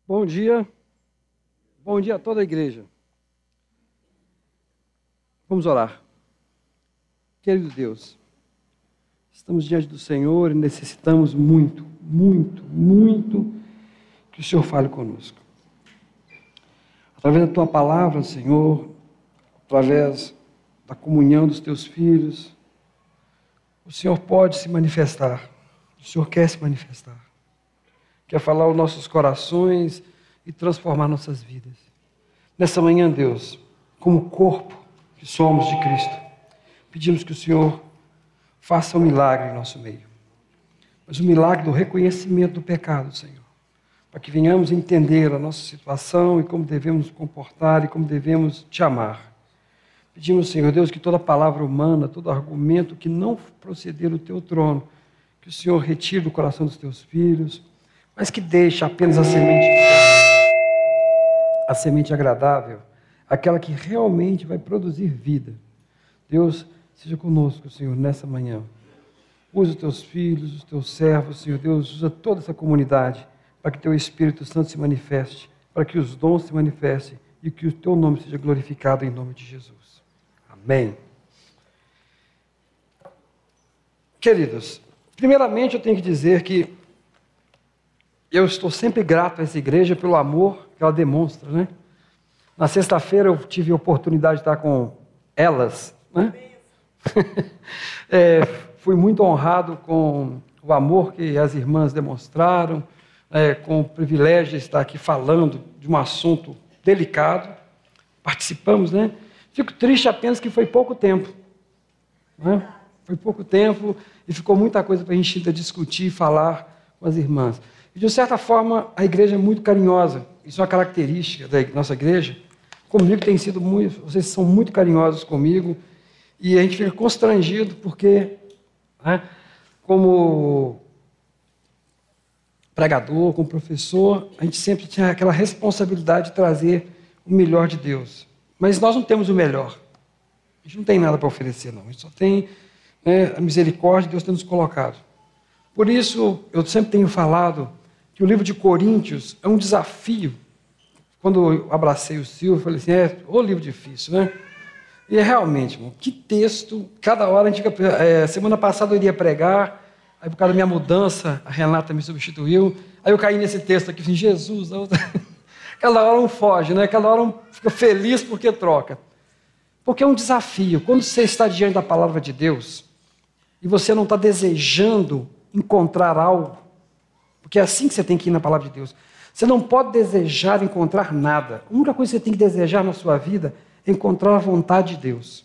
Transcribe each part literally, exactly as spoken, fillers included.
Bom dia, bom dia a toda a igreja. Vamos orar. Querido Deus, estamos diante do Senhor e necessitamos muito, muito, muito que o Senhor fale conosco. Através da Tua palavra, Senhor, através da comunhão dos Teus filhos, o Senhor pode se manifestar, o Senhor quer se manifestar. Quer falar aos nossos corações e transformar nossas vidas. Nessa manhã, Deus, como corpo que somos de Cristo, pedimos que o Senhor faça um milagre em nosso meio. Mas o milagre do reconhecimento do pecado, Senhor. Para que venhamos entender a nossa situação e como devemos nos comportar e como devemos te amar. Pedimos, Senhor Deus, que toda palavra humana, todo argumento que não proceder do teu trono, que o Senhor retire do coração dos teus filhos, mas que deixe apenas a semente, a semente agradável, aquela que realmente vai produzir vida. Deus, seja conosco, Senhor, nessa manhã. Usa os teus filhos, os teus servos, Senhor Deus, usa toda essa comunidade para que teu Espírito Santo se manifeste, para que os dons se manifestem e que o teu nome seja glorificado em nome de Jesus. Amém. Queridos, primeiramente eu tenho que dizer que eu estou sempre grato a essa igreja pelo amor que ela demonstra, né? Na sexta-feira eu tive a oportunidade de estar com elas, né? é, fui muito honrado com o amor que as irmãs demonstraram, é, com o privilégio de estar aqui falando de um assunto delicado. Participamos, né? Fico triste apenas que foi pouco tempo, né? Foi pouco tempo e ficou muita coisa para a gente ainda discutir e falar com as irmãs. E, de certa forma, a igreja é muito carinhosa. Isso é uma característica da nossa igreja. Comigo tem sido muito, vocês são muito carinhosos comigo, e a gente fica constrangido porque, né, como pregador, como professor, a gente sempre tinha aquela responsabilidade de trazer o melhor de Deus. Mas nós não temos o melhor. A gente não tem nada para oferecer, não. A gente só tem, né, a misericórdia que Deus tem nos colocado. Por isso, eu sempre tenho falado que o livro de Coríntios é um desafio. Quando eu abracei o Silvio, eu falei assim, é, ô livro difícil, né? E é realmente, irmão, que texto, cada hora a gente fica... É, semana passada eu iria pregar, aí por causa da minha mudança, a Renata me substituiu, aí eu caí nesse texto aqui, assim, Jesus, outra... cada hora um foge, né? Cada hora um fica feliz porque troca. Porque é um desafio. Quando você está diante da palavra de Deus, e você não está desejando encontrar algo, porque é assim que você tem que ir na palavra de Deus. Você não pode desejar encontrar nada. A única coisa que você tem que desejar na sua vida é encontrar a vontade de Deus.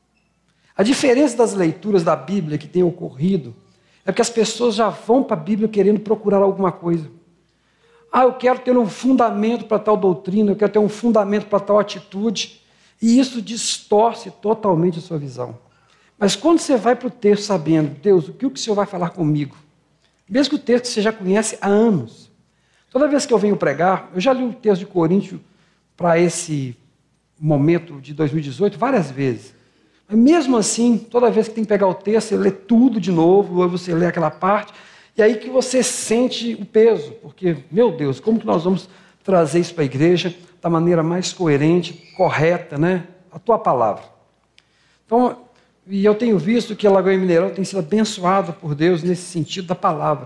A diferença das leituras da Bíblia que tem ocorrido é porque as pessoas já vão para a Bíblia querendo procurar alguma coisa. Ah, eu quero ter um fundamento para tal doutrina, eu quero ter um fundamento para tal atitude, e isso distorce totalmente a sua visão. Mas quando você vai para o texto sabendo, Deus, o que o Senhor vai falar comigo? Mesmo que o texto você já conhece há anos. Toda vez que eu venho pregar, eu já li o texto de Coríntios para esse momento de dois mil e dezoito várias vezes. Mas mesmo assim, toda vez que tem que pegar o texto, você lê tudo de novo, ou você lê aquela parte, e aí que você sente o peso. Porque, meu Deus, como que nós vamos trazer isso para a igreja da maneira mais coerente, correta, né? A tua palavra. Então, e eu tenho visto que a Lagoa Mineirão tem sido abençoada por Deus nesse sentido da palavra.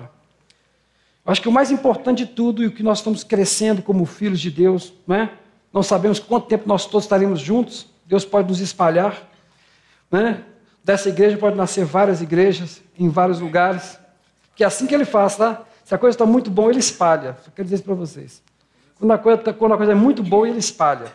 Eu acho que o mais importante de tudo e o que nós estamos crescendo como filhos de Deus, né? Não sabemos quanto tempo nós todos estaremos juntos. Deus pode nos espalhar, né? Dessa igreja pode nascer várias igrejas em vários lugares. Que é assim que Ele faz, tá? Se a coisa está muito boa, Ele espalha. Só quero dizer isso para vocês. Quando a coisa, quando a coisa é muito boa, Ele espalha.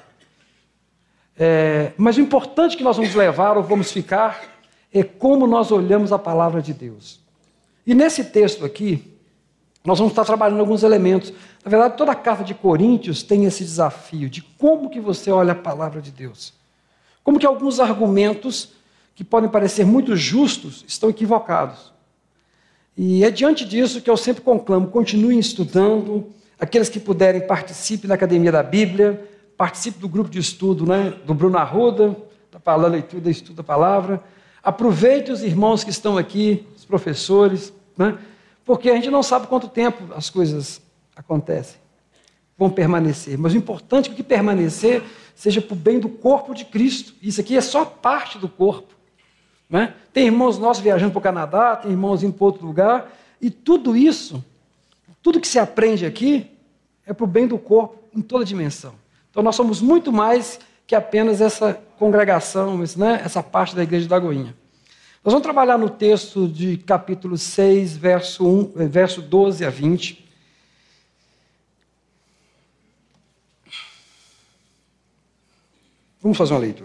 É, mas o importante que nós vamos levar ou vamos ficar é como nós olhamos a palavra de Deus. E nesse texto aqui, nós vamos estar trabalhando alguns elementos. Na verdade, toda a carta de Coríntios tem esse desafio de como que você olha a palavra de Deus. Como que alguns argumentos que podem parecer muito justos estão equivocados. E é diante disso que eu sempre conclamo, continuem estudando, aqueles que puderem participem da Academia da Bíblia, participe do grupo de estudo, né, do Bruno Arruda, da leitura e estudo da palavra. Aproveite os irmãos que estão aqui, os professores, né, porque a gente não sabe quanto tempo as coisas acontecem. vão permanecer. Mas o importante é que permanecer seja para o bem do corpo de Cristo. Isso aqui é só parte do corpo. Né? Tem irmãos nossos viajando para o Canadá, tem irmãos indo para outro lugar, e tudo isso, tudo que se aprende aqui, é para o bem do corpo em toda dimensão. Então nós somos muito mais que apenas essa congregação, né? Essa parte da igreja da Lagoinha. Nós vamos trabalhar no texto de capítulo seis, verso, um, verso doze a vinte. Vamos fazer uma leitura.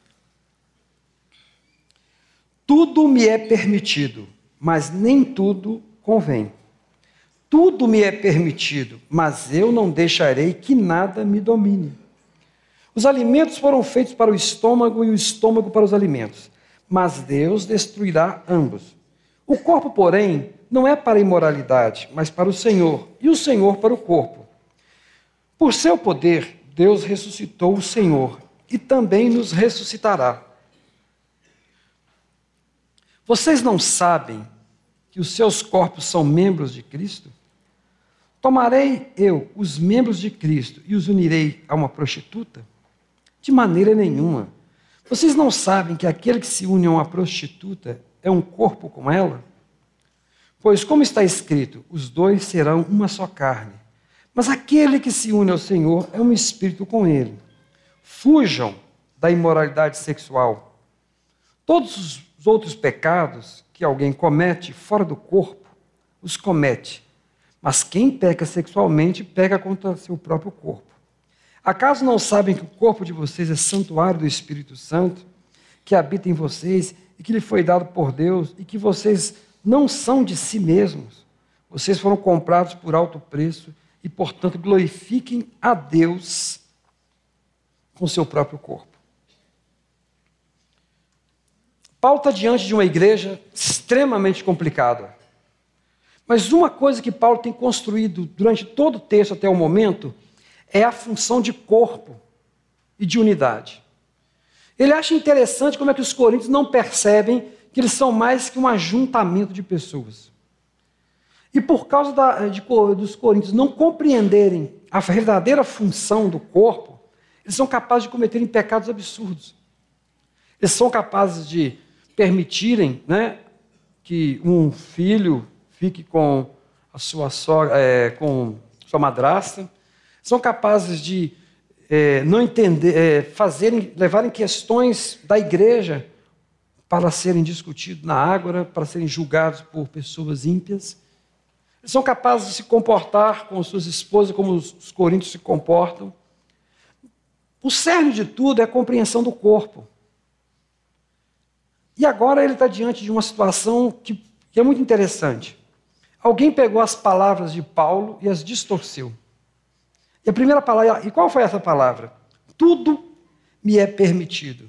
Tudo me é permitido, mas nem tudo convém. Tudo me é permitido, mas eu não deixarei que nada me domine. Os alimentos foram feitos para o estômago e o estômago para os alimentos, mas Deus destruirá ambos. O corpo, porém, não é para a imoralidade, mas para o Senhor, e o Senhor para o corpo. Por seu poder, Deus ressuscitou o Senhor, e também nos ressuscitará. Vocês não sabem que os seus corpos são membros de Cristo? Tomarei eu os membros de Cristo e os unirei a uma prostituta? De maneira nenhuma. Vocês não sabem que aquele que se une a uma prostituta é um corpo com ela? Pois, como está escrito, os dois serão uma só carne. Mas aquele que se une ao Senhor é um espírito com ele. Fujam da imoralidade sexual. Todos os outros pecados que alguém comete fora do corpo, os comete. Mas quem peca sexualmente, peca contra seu próprio corpo. Acaso não sabem que o corpo de vocês é santuário do Espírito Santo, que habita em vocês e que lhe foi dado por Deus, e que vocês não são de si mesmos? Vocês foram comprados por alto preço e, portanto, glorifiquem a Deus com seu próprio corpo. Paulo está diante de uma igreja extremamente complicada. Mas uma coisa que Paulo tem construído durante todo o texto até o momento é a função de corpo e de unidade. Ele acha interessante como é que os coríntios não percebem que eles são mais que um ajuntamento de pessoas. E por causa da, de, dos coríntios não compreenderem a verdadeira função do corpo, eles são capazes de cometerem pecados absurdos. Eles são capazes de permitirem, né, que um filho fique com a sua sogra, é, com sua madrasta. São capazes de é, não entender, é, fazerem, levarem questões da igreja para serem discutidos na ágora, para serem julgados por pessoas ímpias. Eles são capazes de se comportar com suas esposas como os, os coríntios se comportam. O cerne de tudo é a compreensão do corpo. E agora ele está diante de uma situação que, que é muito interessante. Alguém pegou as palavras de Paulo e as distorceu. E a primeira palavra, e qual foi essa palavra? Tudo me é permitido.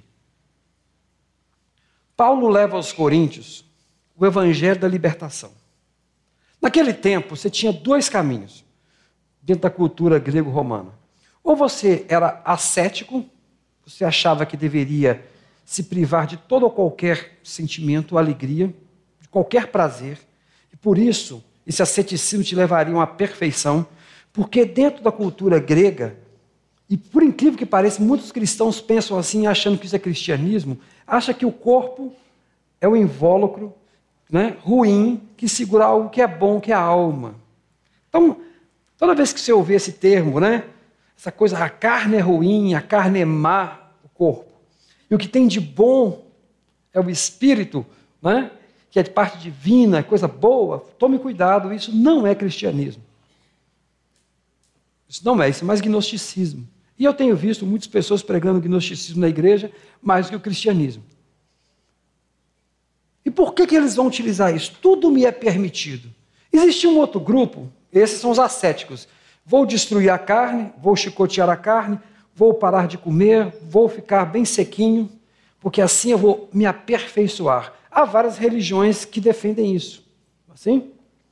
Paulo leva aos coríntios o evangelho da libertação. Naquele tempo, você tinha dois caminhos dentro da cultura grego-romana. Ou você era ascético, você achava que deveria se privar de todo ou qualquer sentimento, alegria, de qualquer prazer, e por isso esse asceticismo te levaria à perfeição, porque dentro da cultura grega, e por incrível que pareça, muitos cristãos pensam assim, achando que isso é cristianismo, acham que o corpo é o invólucro, né, ruim, que segura algo que é bom, que é a alma. Então, toda vez que você ouvir esse termo, né, essa coisa, a carne é ruim, a carne é má, o corpo. E o que tem de bom é o espírito, né, que é de parte divina, é coisa boa. Tome cuidado, isso não é cristianismo. Isso não é, isso é mais gnosticismo. E eu tenho visto muitas pessoas pregando gnosticismo na igreja mais do que o cristianismo. E por que que eles vão utilizar isso? Tudo me é permitido. Existia um outro grupo, esses são os ascéticos. Vou destruir a carne, vou chicotear a carne, vou parar de comer, vou ficar bem sequinho, porque assim eu vou me aperfeiçoar. Há várias religiões que defendem isso. Assim?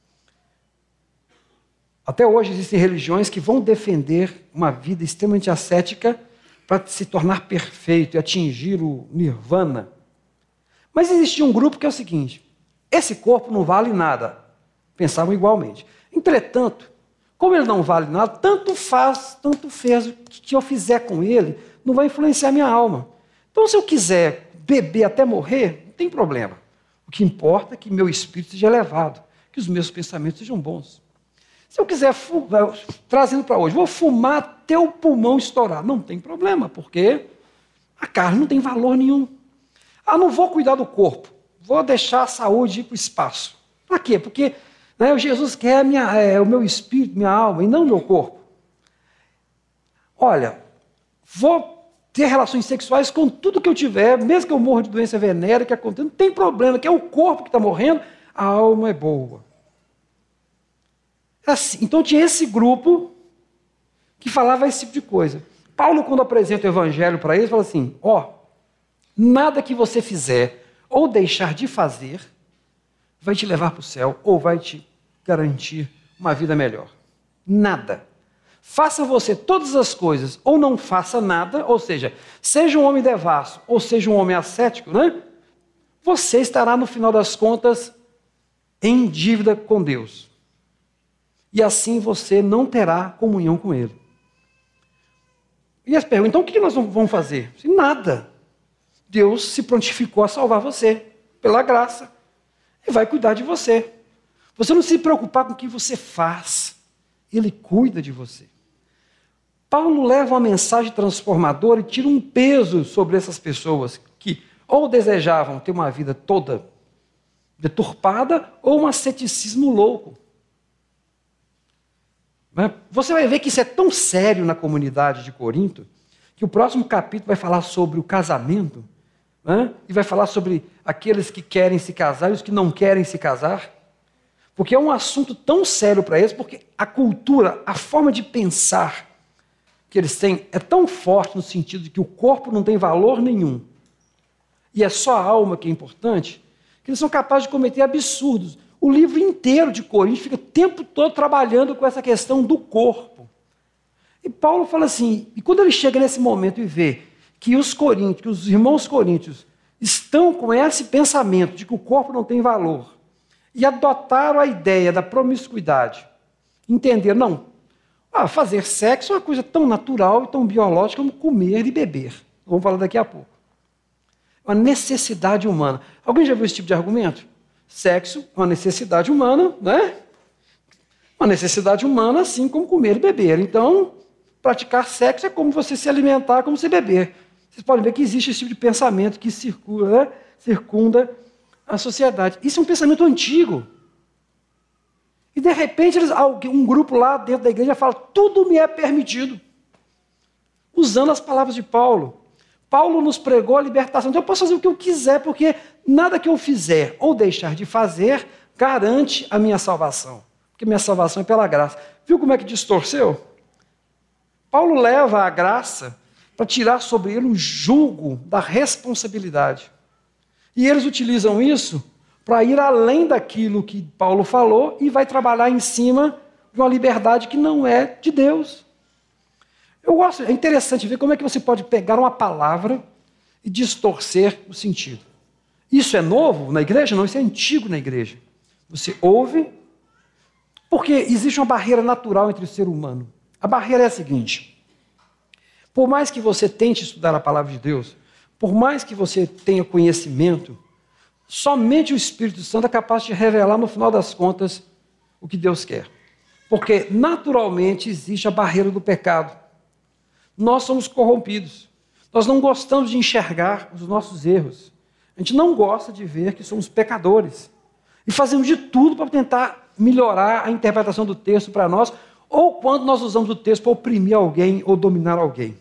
Até hoje existem religiões que vão defender uma vida extremamente ascética para se tornar perfeito e atingir o nirvana. Mas existia um grupo que é o seguinte: esse corpo não vale nada. Pensavam igualmente. Entretanto, Como ele não vale nada, tanto faz, tanto fez o que eu fizer com ele, não vai influenciar a minha alma. Então, se eu quiser beber até morrer, não tem problema. O que importa é que meu espírito seja elevado, que os meus pensamentos sejam bons. Se eu quiser, fumar, trazendo para hoje, vou fumar até o pulmão estourar, não tem problema, porque a carne não tem valor nenhum. Ah, não vou cuidar do corpo, vou deixar a saúde ir para o espaço. Para quê? Porque né, Jesus quer minha, é, o meu espírito, minha alma, e não o meu corpo. Olha, vou ter relações sexuais com tudo que eu tiver, mesmo que eu morra de doença venérea, que aconteça, não tem problema, que é o corpo que está morrendo, a alma é boa. Assim, então tinha esse grupo que falava esse tipo de coisa. Paulo, quando apresenta o evangelho para eles, fala assim, ó, oh, nada que você fizer ou deixar de fazer vai te levar para o céu ou vai te garantir uma vida melhor. Nada. Faça você todas as coisas ou não faça nada, ou seja, seja um homem devasso ou seja um homem ascético, né? Você estará, no final das contas, em dívida com Deus. E assim você não terá comunhão com Ele. E as perguntas, então o que nós vamos fazer? Nada. Deus se prontificou a salvar você, pela graça, e vai cuidar de você. Você não se preocupar com o que você faz, Ele cuida de você. Paulo leva uma mensagem transformadora e tira um peso sobre essas pessoas que ou desejavam ter uma vida toda deturpada ou um asceticismo louco. Você vai ver que isso é tão sério na comunidade de Corinto, que o próximo capítulo vai falar sobre o casamento, né? E vai falar sobre aqueles que querem se casar e os que não querem se casar, porque é um assunto tão sério para eles, porque a cultura, a forma de pensar que eles têm é tão forte no sentido de que o corpo não tem valor nenhum, e é só a alma que é importante, que eles são capazes de cometer absurdos. O livro inteiro de Coríntios fica o tempo todo trabalhando com essa questão do corpo. E Paulo fala assim, e quando ele chega nesse momento e vê que os coríntios, que os irmãos coríntios estão com esse pensamento de que o corpo não tem valor, e adotaram a ideia da promiscuidade, entenderam, não, ah, fazer sexo é uma coisa tão natural e tão biológica como comer e beber. Vamos falar daqui a pouco. Uma necessidade humana. Alguém já viu esse tipo de argumento? Sexo é uma necessidade humana, né? Uma necessidade humana, assim como comer e beber. Então, praticar sexo é como você se alimentar, como você beber. Vocês podem ver que existe esse tipo de pensamento que circula, né? Circunda a sociedade. Isso é um pensamento antigo. E, de repente, eles, um grupo lá dentro da igreja fala, tudo me é permitido. Usando as palavras de Paulo. Paulo nos pregou a libertação. Então eu posso fazer o que eu quiser, porque nada que eu fizer ou deixar de fazer garante a minha salvação. Porque minha salvação é pela graça. Viu como é que distorceu? Paulo leva a graça para tirar sobre ele o jugo da responsabilidade. E eles utilizam isso para ir além daquilo que Paulo falou e vai trabalhar em cima de uma liberdade que não é de Deus. Eu gosto, é interessante ver como é que você pode pegar uma palavra e distorcer o sentido. Isso é novo na igreja? Não, isso é antigo na igreja. Você ouve, porque existe uma barreira natural entre o ser humano. A barreira é a seguinte, por mais que você tente estudar a palavra de Deus, por mais que você tenha conhecimento, somente o Espírito Santo é capaz de revelar, no final das contas, o que Deus quer. Porque, naturalmente, existe a barreira do pecado. Nós somos corrompidos. Nós não gostamos de enxergar os nossos erros. A gente não gosta de ver que somos pecadores. E fazemos de tudo para tentar melhorar a interpretação do texto para nós, ou quando nós usamos o texto para oprimir alguém ou dominar alguém.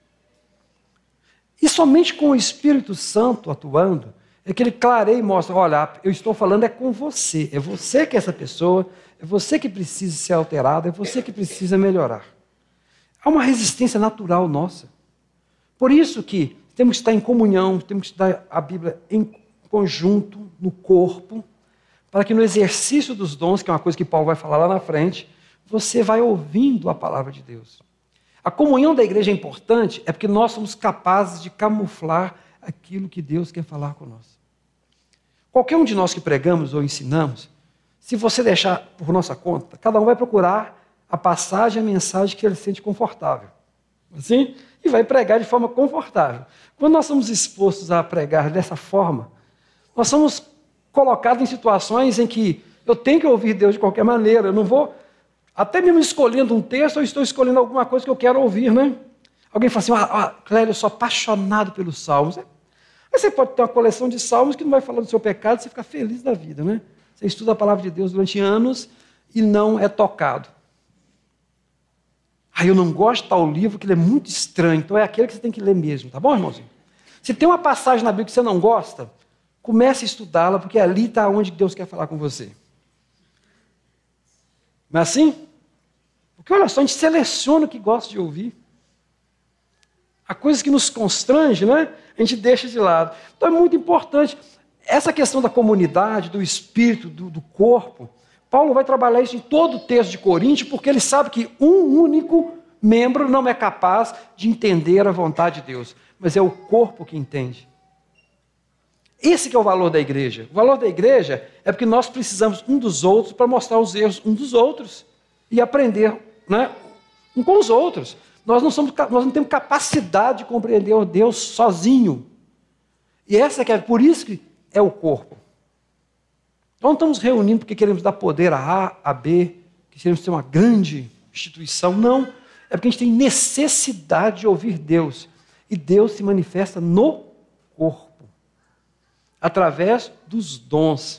E somente com o Espírito Santo atuando, é que ele clareia e mostra, olha, eu estou falando é com você, é você que é essa pessoa, é você que precisa ser alterado, é você que precisa melhorar. Há uma resistência natural nossa. Por isso que temos que estar em comunhão, temos que estudar a Bíblia em conjunto, no corpo, para que no exercício dos dons, que é uma coisa que Paulo vai falar lá na frente, você vai ouvindo a palavra de Deus. A comunhão da igreja é importante, é porque nós somos capazes de camuflar aquilo que Deus quer falar com nós. Qualquer um de nós que pregamos ou ensinamos, se você deixar por nossa conta, cada um vai procurar a passagem, a mensagem que ele sente confortável. Assim? E vai pregar de forma confortável. Quando nós somos expostos a pregar dessa forma, nós somos colocados em situações em que eu tenho que ouvir Deus de qualquer maneira. Eu não vou, até mesmo escolhendo um texto, eu estou escolhendo alguma coisa que eu quero ouvir, né? Alguém fala assim, ah, ah, Clélio, eu sou apaixonado pelos salmos. Aí você pode ter uma coleção de salmos que não vai falar do seu pecado, você fica feliz da vida, né? Você estuda a palavra de Deus durante anos e não é tocado. Ah, eu não gosto de tal livro, que ele é muito estranho, então é aquele que você tem que ler mesmo, tá bom, irmãozinho? Se tem uma passagem na Bíblia que você não gosta, comece a estudá-la, porque ali está onde Deus quer falar com você. Não é assim? Porque olha só, a gente seleciona o que gosta de ouvir. Há coisas que nos constrangem, né? A gente deixa de lado. Então é muito importante. Essa questão da comunidade, do espírito, do, do corpo, Paulo vai trabalhar isso em todo o texto de Coríntios, porque ele sabe que um único membro não é capaz de entender a vontade de Deus, mas é o corpo que entende. Esse que é o valor da igreja. O valor da igreja é porque nós precisamos um dos outros para mostrar os erros um dos outros e aprender, né, um com os outros. Nós não, somos, nós não temos capacidade de compreender o Deus sozinho. E essa que é, por isso que é o corpo. Então não estamos reunindo porque queremos dar poder a A, a B, que queremos ter uma grande instituição. Não, é porque a gente tem necessidade de ouvir Deus. E Deus se manifesta no corpo, através dos dons.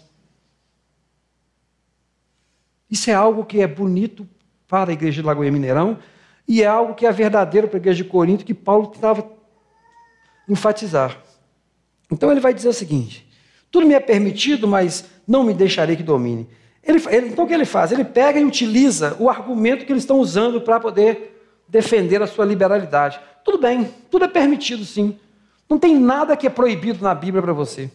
Isso é algo que é bonito para a igreja de Lagoinha Mineirão, e é algo que é verdadeiro para a igreja de Corinto, que Paulo tentava enfatizar. Então ele vai dizer o seguinte, tudo me é permitido, mas não me deixarei que domine. Ele, ele, então o que ele faz? Ele pega e utiliza o argumento que eles estão usando para poder defender a sua liberalidade. Tudo bem, tudo é permitido sim. Não tem nada que é proibido na Bíblia para você.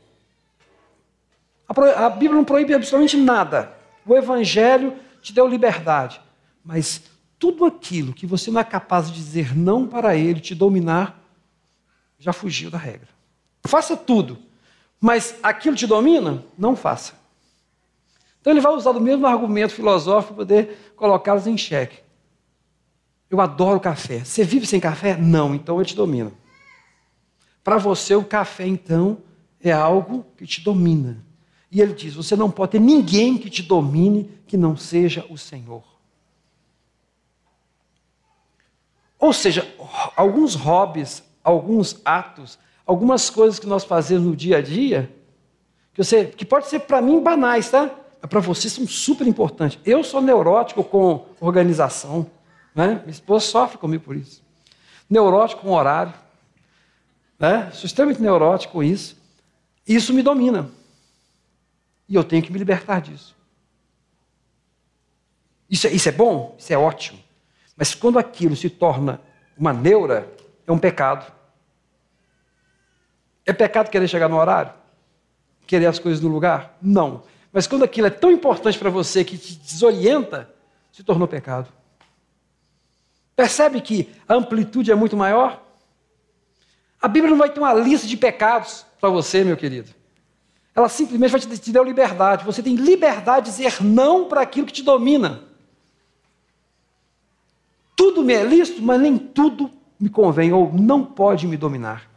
A, pro, a Bíblia não proíbe absolutamente nada. O Evangelho te deu liberdade, mas tudo aquilo que você não é capaz de dizer não para ele, te dominar, já fugiu da regra. Faça tudo, mas aquilo te domina, não faça. Então ele vai usar o mesmo argumento filosófico para poder colocá-los em xeque. Eu adoro café. Você vive sem café? Não, então ele te domina. Para você o café, então, é algo que te domina. E ele diz, você não pode ter ninguém que te domine que não seja o Senhor. Ou seja, alguns hobbies, alguns atos, algumas coisas que nós fazemos no dia a dia, que, você, que pode ser para mim banais, tá? Mas para você são super importantes. Eu sou neurótico com organização, né? Minha esposa sofre comigo por isso. Neurótico com horário, né? Sou extremamente neurótico com isso. Isso me domina. E eu tenho que me libertar disso. Isso, isso é bom? Isso é ótimo. Mas quando aquilo se torna uma neura, é um pecado. É pecado querer chegar no horário? Querer as coisas no lugar? Não. Mas quando aquilo é tão importante para você que te desorienta, se tornou pecado. Percebe que a amplitude é muito maior? A Bíblia não vai ter uma lista de pecados para você, meu querido. Ela simplesmente vai te, te dar liberdade. Você tem liberdade de dizer não para aquilo que te domina. Tudo me é lícito, mas nem tudo me convém ou não pode me dominar.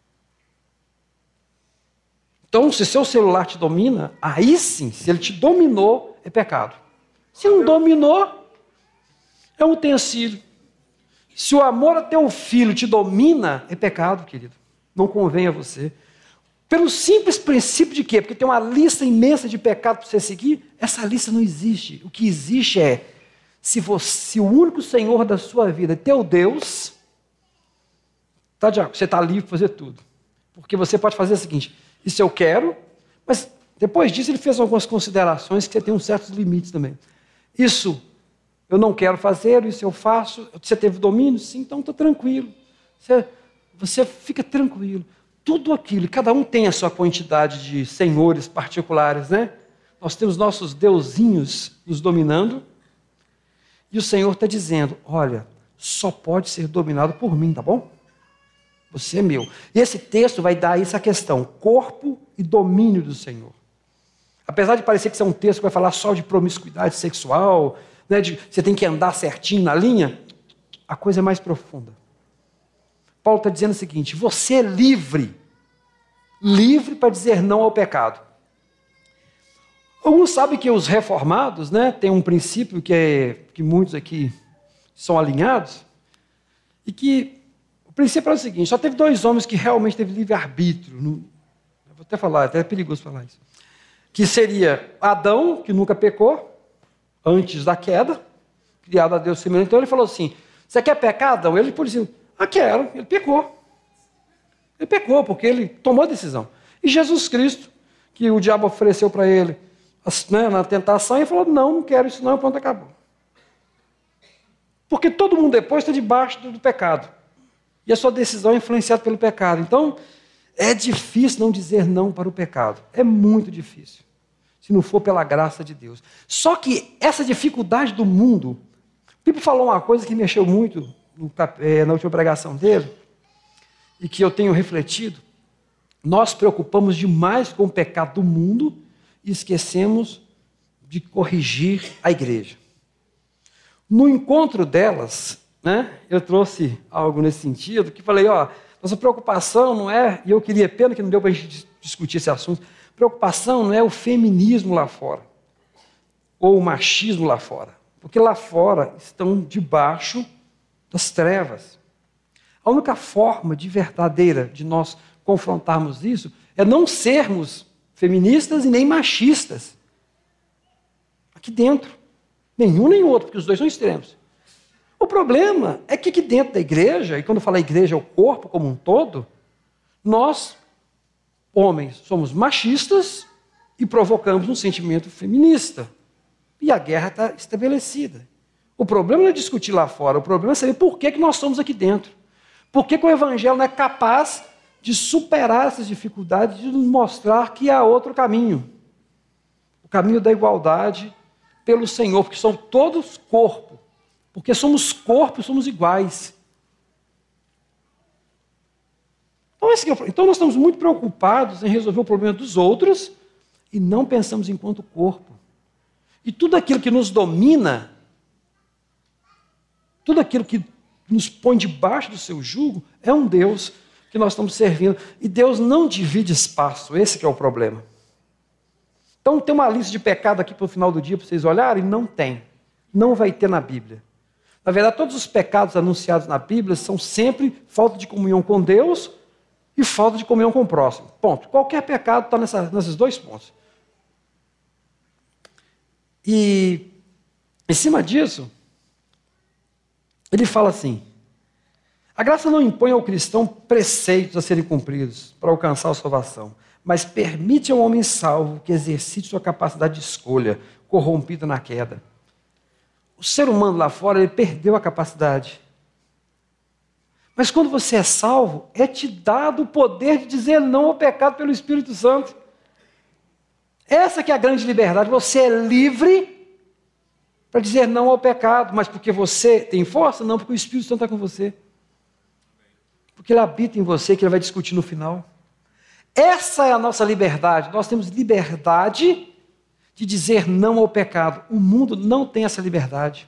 Então, se seu celular te domina, aí sim, se ele te dominou, é pecado. Se não dominou, é um utensílio. Se o amor a teu filho te domina, é pecado, querido. Não convém a você. Pelo simples princípio de quê? Porque tem uma lista imensa de pecados para você seguir, essa lista não existe. O que existe é, se, você, se o único Senhor da sua vida é teu Deus, tá, você está livre para fazer tudo. Porque você pode fazer o seguinte, isso eu quero, mas depois disso ele fez algumas considerações que você tem uns certos limites também. Isso eu não quero fazer, isso eu faço, você teve domínio? Sim, então estou tranquilo. Você, você fica tranquilo. Tudo aquilo, cada um tem a sua quantidade de senhores particulares, né? Nós temos nossos deusinhos nos dominando, e o Senhor está dizendo, olha, só pode ser dominado por mim, tá bom? Você é meu. E esse texto vai dar essa questão, corpo e domínio do Senhor. Apesar de parecer que isso é um texto que vai falar só de promiscuidade sexual, né, de você tem que andar certinho na linha. A coisa é mais profunda. Paulo está dizendo o seguinte: você é livre, livre para dizer não ao pecado. Alguns sabem que os reformados, né, têm um princípio que, é, que muitos aqui são alinhados, e que o princípio é o seguinte: só teve dois homens que realmente teve livre-arbítrio. No, vou até falar, até é perigoso falar isso. Que seria Adão, que nunca pecou, antes da queda, criado a Deus semelhante. Então ele falou assim: você quer pecar, Adão? Ele por exemplo, ah, quero. Ele pecou. Ele pecou porque ele tomou a decisão. E Jesus Cristo, que o diabo ofereceu para ele, né, na tentação, ele falou: não, não quero isso não, pronto, acabou. Porque todo mundo depois está debaixo do pecado. E a sua decisão é influenciada pelo pecado. Então, é difícil não dizer não para o pecado. É muito difícil, se não for pela graça de Deus. Só que essa dificuldade do mundo... O Pipo falou uma coisa que mexeu muito no, é, na última pregação dele, e que eu tenho refletido. Nós preocupamos demais com o pecado do mundo e esquecemos de corrigir a igreja. No encontro delas, né, eu trouxe algo nesse sentido, que falei, ó, nossa preocupação não é, e eu queria, pena que não deu para a gente discutir esse assunto, preocupação não é o feminismo lá fora, ou o machismo lá fora, porque lá fora estão debaixo das trevas. A única forma de verdadeira de nós confrontarmos isso é não sermos feministas e nem machistas. Aqui dentro. Nenhum nem outro, porque os dois são extremos. O problema é que aqui dentro da igreja, e quando eu falo igreja é o corpo como um todo, nós, homens, somos machistas e provocamos um sentimento feminista. E a guerra está estabelecida. O problema não é discutir lá fora, o problema é saber por que, que nós somos aqui dentro. Por que, que o evangelho não é capaz de superar essas dificuldades, de nos mostrar que há outro caminho. O caminho da igualdade pelo Senhor, porque são todos corpo. Porque somos corpo, somos iguais. Então, esse é o... então nós estamos muito preocupados em resolver o problema dos outros e não pensamos enquanto corpo. E tudo aquilo que nos domina, tudo aquilo que nos põe debaixo do seu jugo, é um Deus que nós estamos servindo. E Deus não divide espaço, esse que é o problema. Então tem uma lista de pecado aqui para o final do dia para vocês olharem? Não tem. Não vai ter na Bíblia. Na verdade, todos os pecados anunciados na Bíblia são sempre falta de comunhão com Deus e falta de comunhão com o próximo. Ponto. Qualquer pecado está nessa, nesses dois pontos. E, em cima disso, ele fala assim: a graça não impõe ao cristão preceitos a serem cumpridos para alcançar a salvação, mas permite ao homem salvo que exercite sua capacidade de escolha, corrompida na queda. O ser humano lá fora, ele perdeu a capacidade. Mas quando você é salvo, é te dado o poder de dizer não ao pecado pelo Espírito Santo. Essa que é a grande liberdade. Você é livre para dizer não ao pecado, mas porque você tem força? Não, porque o Espírito Santo está com você. Porque ele habita em você, que ele vai discutir no final. Essa é a nossa liberdade. Nós temos liberdade de dizer não ao pecado. O mundo não tem essa liberdade.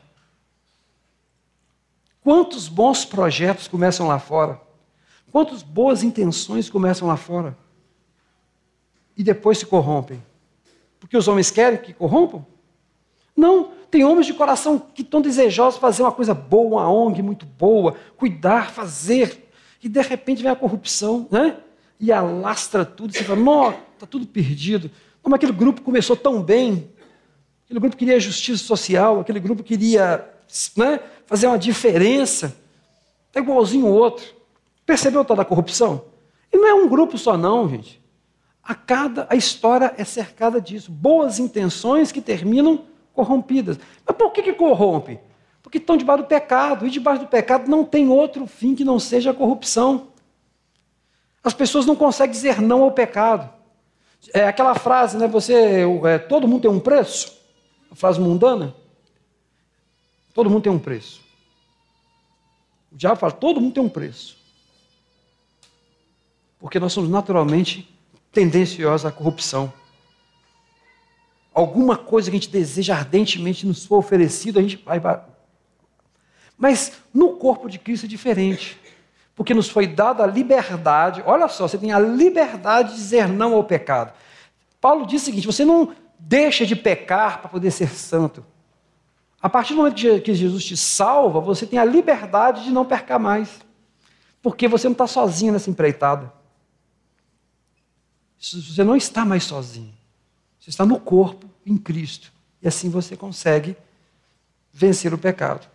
Quantos bons projetos começam lá fora? Quantas boas intenções começam lá fora? E depois se corrompem. Porque os homens querem que corrompam? Não, tem homens de coração que estão desejosos de fazer uma coisa boa, uma O N G muito boa, cuidar, fazer, e de repente vem a corrupção, né? E alastra tudo, você fala, não, está tudo perdido. Não, mas aquele grupo começou tão bem, aquele grupo queria justiça social, aquele grupo queria, né, fazer uma diferença, está igualzinho o outro. Percebeu toda a corrupção? E não é um grupo só não, gente. A, cada, a história é cercada disso, boas intenções que terminam corrompidas. Mas por que, que corrompe? Porque estão debaixo do pecado, e debaixo do pecado não tem outro fim que não seja a corrupção. As pessoas não conseguem dizer não ao pecado. É aquela frase, né? Você, é, todo mundo tem um preço. A frase mundana. Todo mundo tem um preço. O diabo fala, todo mundo tem um preço. Porque nós somos naturalmente tendenciosos à corrupção. alguma coisa que a gente deseja ardentemente nos for oferecido, a gente vai... Mas no corpo de Cristo é diferente, porque nos foi dada a liberdade. Olha só, você tem a liberdade de dizer não ao pecado. Paulo diz o seguinte: você não deixa de pecar para poder ser santo. A partir do momento que Jesus te salva, você tem a liberdade de não pecar mais, porque você não está sozinho nessa empreitada. Você não está mais sozinho. Você está no corpo, em Cristo. E assim você consegue vencer o pecado.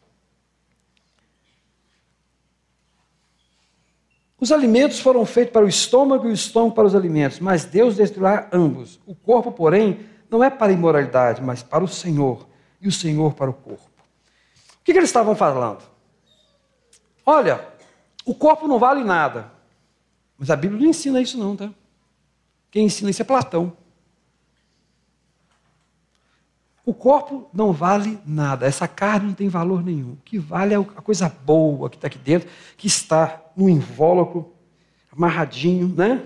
Os alimentos foram feitos para o estômago e o estômago para os alimentos, mas Deus destruirá ambos. O corpo, porém, não é para a imoralidade, mas para o Senhor, e o Senhor para o corpo. O que, que eles estavam falando? Olha, o corpo não vale nada. Mas a Bíblia não ensina isso não, tá? Quem ensina isso é Platão. O corpo não vale nada, essa carne não tem valor nenhum. O que vale é a coisa boa que está aqui dentro, que está no invólucro, amarradinho, né?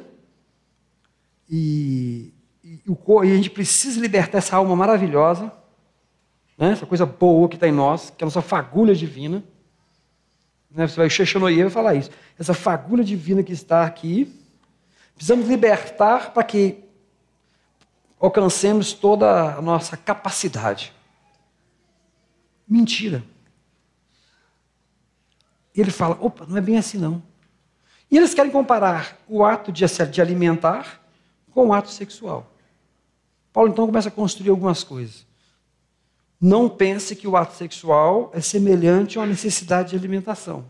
E, e, o, e a gente precisa libertar essa alma maravilhosa, né? Essa coisa boa que está em nós, que é a nossa fagulha divina. Né? Você vai, o Sheshonoi vai falar isso. Essa fagulha divina que está aqui, precisamos libertar para que alcancemos toda a nossa capacidade. Mentira. E ele fala, opa, não é bem assim não. E eles querem comparar o ato de, de alimentar com o ato sexual. Paulo então começa a construir algumas coisas. Não pense que o ato sexual é semelhante a uma necessidade de alimentação.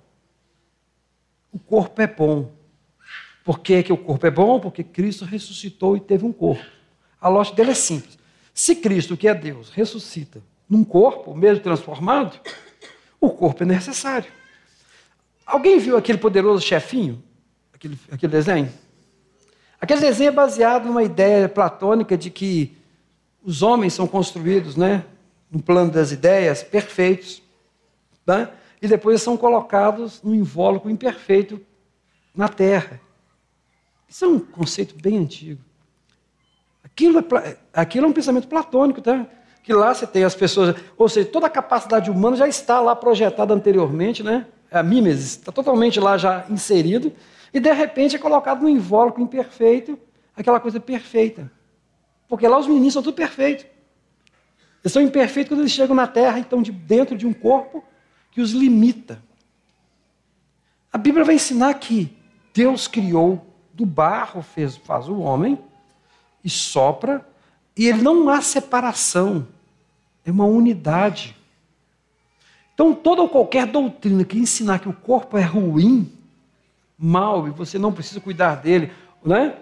O corpo é bom. Por que, que o corpo é bom? Porque Cristo ressuscitou e teve um corpo. A lógica dele é simples. Se Cristo, que é Deus, ressuscita num corpo, mesmo transformado, o corpo é necessário. Alguém viu aquele poderoso chefinho? Aquele, aquele desenho? Aquele desenho é baseado numa ideia platônica de que os homens são construídos, né, no plano das ideias, perfeitos, né, e depois são colocados num invólucro imperfeito na Terra. Isso é um conceito bem antigo. Aquilo é, aquilo é um pensamento platônico, tá? Que lá você tem as pessoas, ou seja, toda a capacidade humana já está lá projetada anteriormente, né? A mimesis está totalmente lá já inserido, e de repente é colocado no invólucro imperfeito, aquela coisa perfeita. Porque lá os meninos são tudo perfeitos. Eles são imperfeitos quando eles chegam na Terra e estão de, dentro de um corpo que os limita. A Bíblia vai ensinar que Deus criou do barro, fez, faz o homem, e sopra, e ele não há separação, é uma unidade. Então, toda ou qualquer doutrina que ensinar que o corpo é ruim, mal, e você não precisa cuidar dele, né?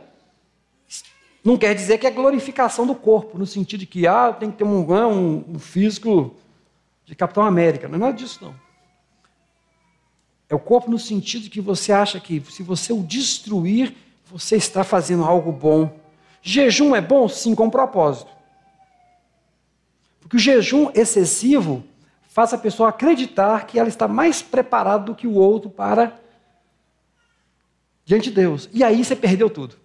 Não quer dizer que é glorificação do corpo, no sentido de que ah, tem que ter um, um, um físico de Capitão América. Não é nada disso, não. É o corpo no sentido de que você acha que, se você o destruir, você está fazendo algo bom. Jejum é bom? Sim, com propósito. Porque o jejum excessivo faz a pessoa acreditar que ela está mais preparada do que o outro para diante de Deus. E aí você perdeu tudo.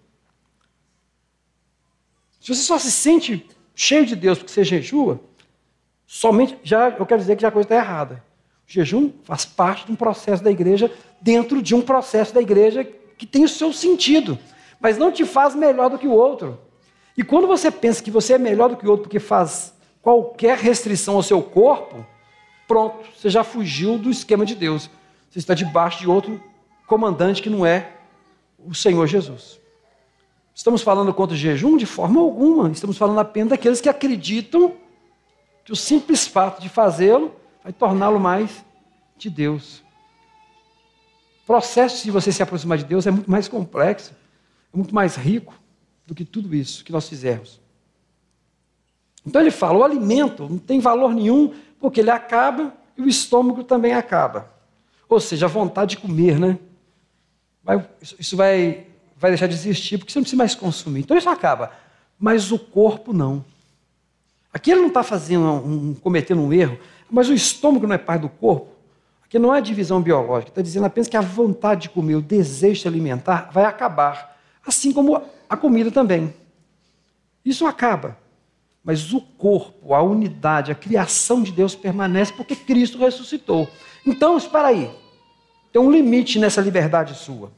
Se você só se sente cheio de Deus porque você jejua, somente, já, eu quero dizer que já a coisa está errada. O jejum faz parte de um processo da igreja, dentro de um processo da igreja que tem o seu sentido, mas não te faz melhor do que o outro. E quando você pensa que você é melhor do que o outro porque faz qualquer restrição ao seu corpo, pronto, você já fugiu do esquema de Deus. Você está debaixo de outro comandante que não é o Senhor Jesus. Estamos falando contra o jejum? De forma alguma. Estamos falando apenas daqueles que acreditam que o simples fato de fazê-lo vai torná-lo mais de Deus. O processo de você se aproximar de Deus é muito mais complexo, é muito mais rico do que tudo isso que nós fizermos. Então ele fala, o alimento não tem valor nenhum, porque ele acaba e o estômago também acaba. Ou seja, a vontade de comer, né? Vai, isso vai, vai deixar de existir, porque você não precisa mais consumir. Então isso acaba. Mas o corpo não. Aqui ele não está fazendo um, cometendo um erro, mas o estômago não é parte do corpo. Aqui não é divisão biológica, está dizendo apenas que a vontade de comer, o desejo de se alimentar vai acabar. Assim como a comida também. Isso acaba. Mas o corpo, a unidade, a criação de Deus permanece porque Cristo ressuscitou. Então, espera aí. Tem um limite nessa liberdade sua.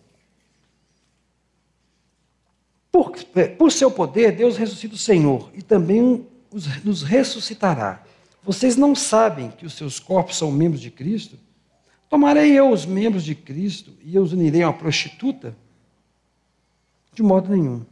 Por, por seu poder, Deus ressuscita o Senhor e também os, nos ressuscitará. Vocês não sabem que os seus corpos são membros de Cristo? Tomarei eu os membros de Cristo e eu os unirei a uma prostituta? De modo nenhum.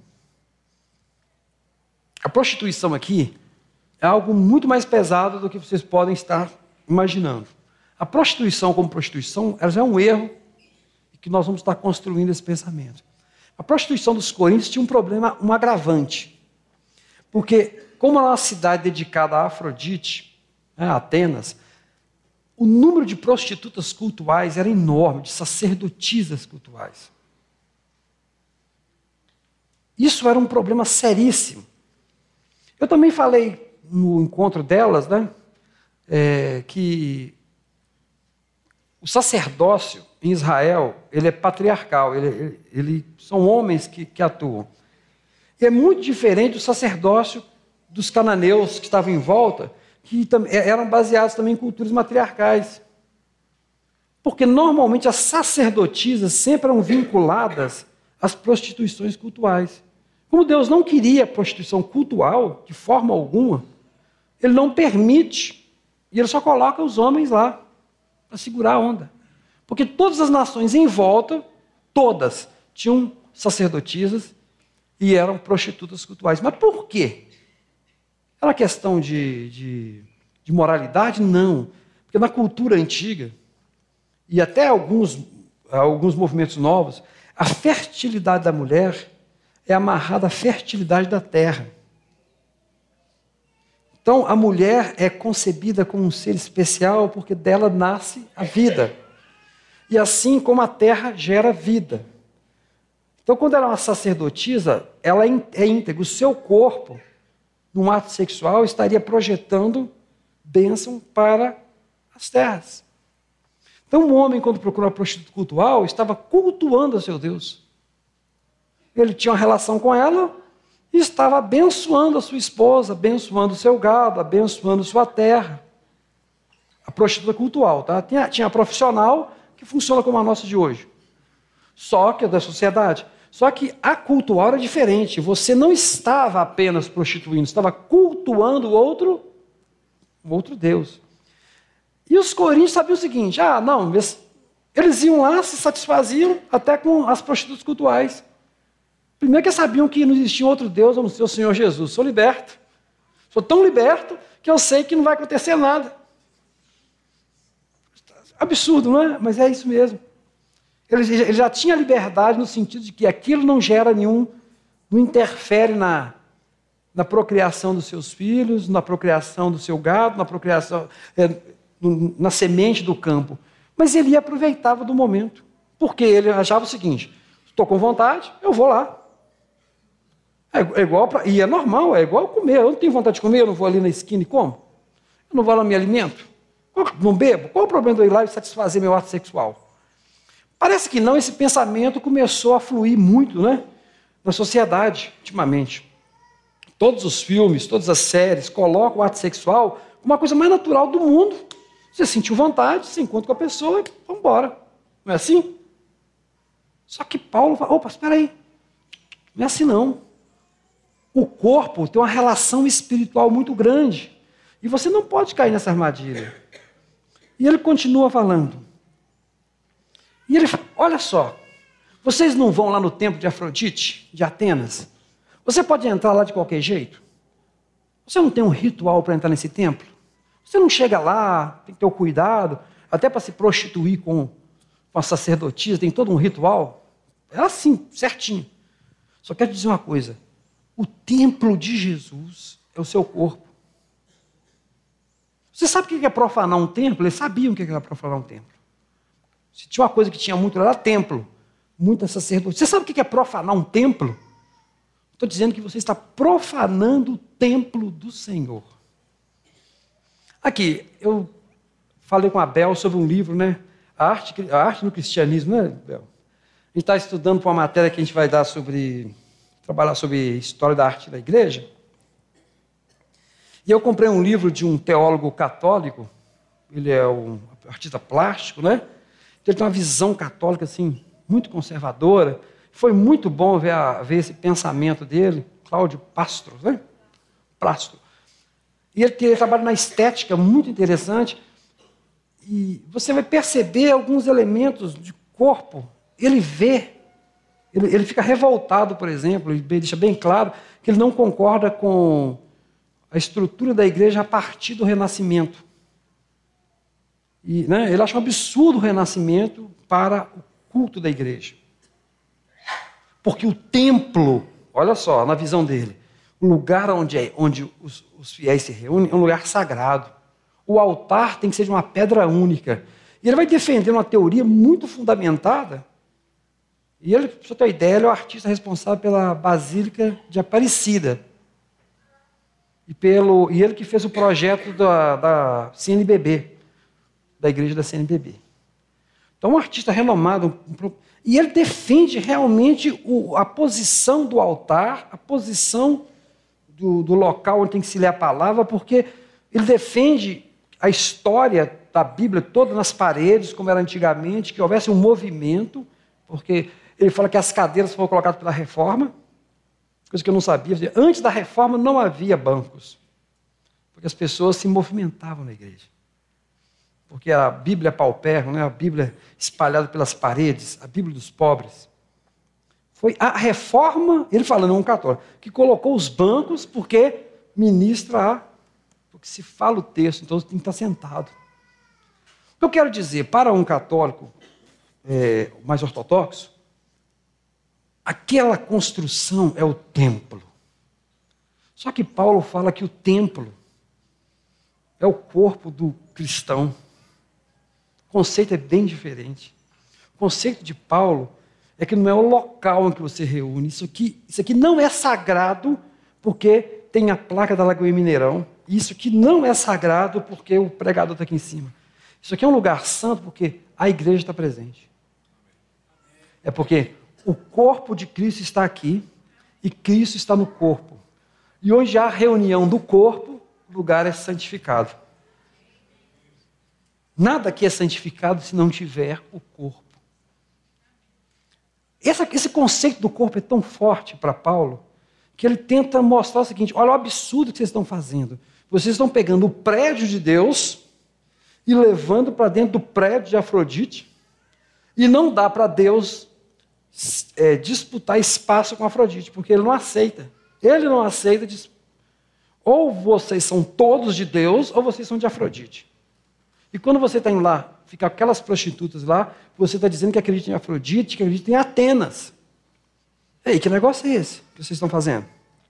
A prostituição aqui é algo muito mais pesado do que vocês podem estar imaginando. A prostituição como prostituição, ela já é um erro que nós vamos estar construindo esse pensamento. A prostituição dos coríntios tinha um problema, um agravante. Porque, como era uma cidade dedicada a Afrodite, né, Atenas, o número de prostitutas cultuais era enorme, de sacerdotisas cultuais. Isso era um problema seríssimo. Eu também falei no encontro delas, né, é, que o sacerdócio em Israel, ele é patriarcal, ele, ele, ele são homens que, que atuam. E é muito diferente do sacerdócio dos cananeus que estavam em volta, que tam, eram baseados também em culturas matriarcais. Porque normalmente as sacerdotisas sempre eram vinculadas às prostituições cultuais. Como Deus não queria prostituição cultual, de forma alguma, Ele não permite, e Ele só coloca os homens lá, para segurar a onda. Porque todas as nações em volta, todas, tinham sacerdotisas e eram prostitutas cultuais. Mas por quê? Era questão de, de, de moralidade? Não. Porque na cultura antiga, e até alguns, alguns movimentos novos, a fertilidade da mulher é amarrada à fertilidade da terra. Então, a mulher é concebida como um ser especial porque dela nasce a vida. E assim como a terra gera vida. Então, quando ela é uma sacerdotisa, ela é íntegra. O seu corpo, num ato sexual, estaria projetando bênção para as terras. Então, o homem, quando procura uma prostituta cultual, estava cultuando a seu Deus. Ele tinha uma relação com ela e estava abençoando a sua esposa, abençoando o seu gado, abençoando sua terra. A prostituta cultual, tá? Tinha, tinha a profissional que funciona como a nossa de hoje. Só que é da sociedade. Só que a cultual era diferente. Você não estava apenas prostituindo, estava cultuando o outro, o outro Deus. E os coríntios sabiam o seguinte: ah, não, eles, eles iam lá, se satisfaziam até com as prostitutas cultuais. Primeiro que eles sabiam que não existia outro Deus a não ser o Senhor Jesus. Sou liberto. Sou tão liberto que eu sei que não vai acontecer nada. Absurdo, não é? Mas é isso mesmo. Ele, ele já tinha liberdade no sentido de que aquilo não gera nenhum, não interfere na, na procriação dos seus filhos, na procriação do seu gado, na procriação, é, no, na semente do campo. Mas ele aproveitava do momento. Porque ele achava o seguinte: estou com vontade, eu vou lá. É igual pra, e é normal, é igual comer. Eu não tenho vontade de comer, eu não vou ali na esquina e como? Eu não vou lá me alimento? Não bebo? Qual o problema de eu ir lá e satisfazer meu ato sexual? Parece que não, esse pensamento começou a fluir muito, né, na sociedade, ultimamente. Todos os filmes, todas as séries colocam o ato sexual como uma coisa mais natural do mundo. Você sentiu vontade, você encontra com a pessoa e vamos embora. Não é assim? Só que Paulo fala: opa, espera aí. Não é assim não. O corpo tem uma relação espiritual muito grande. E você não pode cair nessa armadilha. E ele continua falando. E ele fala: olha só, vocês não vão lá no templo de Afrodite, de Atenas? Você pode entrar lá de qualquer jeito? Você não tem um ritual para entrar nesse templo? Você não chega lá, tem que ter o cuidado, até para se prostituir com, com a sacerdotisa, tem todo um ritual. É assim, certinho. Só quero dizer uma coisa: o templo de Jesus é o seu corpo. Você sabe o que é profanar um templo? Eles sabiam o que era profanar um templo. Se tinha uma coisa que tinha muito, era templo. Muita sacerdotisa. Você sabe o que é profanar um templo? Estou dizendo que você está profanando o templo do Senhor. Aqui, eu falei com a Bel sobre um livro, né? A arte, a arte no cristianismo, né, Bel? A gente está estudando para uma matéria que a gente vai dar sobre... trabalhar sobre história da arte da igreja. E eu comprei um livro de um teólogo católico, ele é um artista plástico, né? Ele tem uma visão católica, assim, muito conservadora. Foi muito bom ver, a, ver esse pensamento dele, Cláudio Pastro, né? Pastro. E ele, ele trabalha na estética, muito interessante. E você vai perceber alguns elementos de corpo. Ele vê, ele, ele fica revoltado, por exemplo, ele deixa bem claro que ele não concorda com a estrutura da igreja a partir do Renascimento. E, né, ele acha um absurdo o Renascimento para o culto da igreja. Porque o templo, olha só, na visão dele, o lugar onde, é, onde os, os fiéis se reúnem é um lugar sagrado. O altar tem que ser de uma pedra única. E ele vai defender uma teoria muito fundamentada. E ele, para você ter uma ideia, ele é o artista responsável pela Basílica de Aparecida. E, pelo, e ele que fez o projeto da, da C N B B, da igreja da C N B B. Então, um artista renomado. Um, e ele defende realmente o, a posição do altar, a posição do, do local onde tem que se ler a palavra, porque ele defende a história da Bíblia toda nas paredes, como era antigamente, que houvesse um movimento, porque ele fala que as cadeiras foram colocadas pela reforma, coisa que eu não sabia. Antes da reforma não havia bancos, porque as pessoas se movimentavam na igreja. Porque a Bíblia paupérrima, né, a Bíblia espalhada pelas paredes, a Bíblia dos pobres. Foi a reforma, ele falando, um católico, que colocou os bancos porque ministra a... porque se fala o texto, então tem que estar sentado. O que eu quero dizer, para um católico é, mais ortodoxo, aquela construção é o templo. Só que Paulo fala que o templo é o corpo do cristão. O conceito é bem diferente. O conceito de Paulo é que não é o local em que você reúne. Isso aqui, isso aqui não é sagrado porque tem a placa da Lagoinha Mineirão. Isso aqui não é sagrado porque o pregador está aqui em cima. Isso aqui é um lugar santo porque a igreja está presente. É porque o corpo de Cristo está aqui e Cristo está no corpo. E onde há reunião do corpo, o lugar é santificado. Nada aqui é santificado se não tiver o corpo. Essa, esse conceito do corpo é tão forte para Paulo que ele tenta mostrar o seguinte: olha o absurdo que vocês estão fazendo. Vocês estão pegando o prédio de Deus e levando para dentro do prédio de Afrodite, e não dá para Deus é, disputar espaço com Afrodite, porque ele não aceita. Ele não aceita. Ou vocês são todos de Deus, ou vocês são de Afrodite. E quando você está indo lá, fica aquelas prostitutas lá, você está dizendo que acredita em Afrodite, que acredita em Atenas. Ei, que negócio é esse que vocês estão fazendo?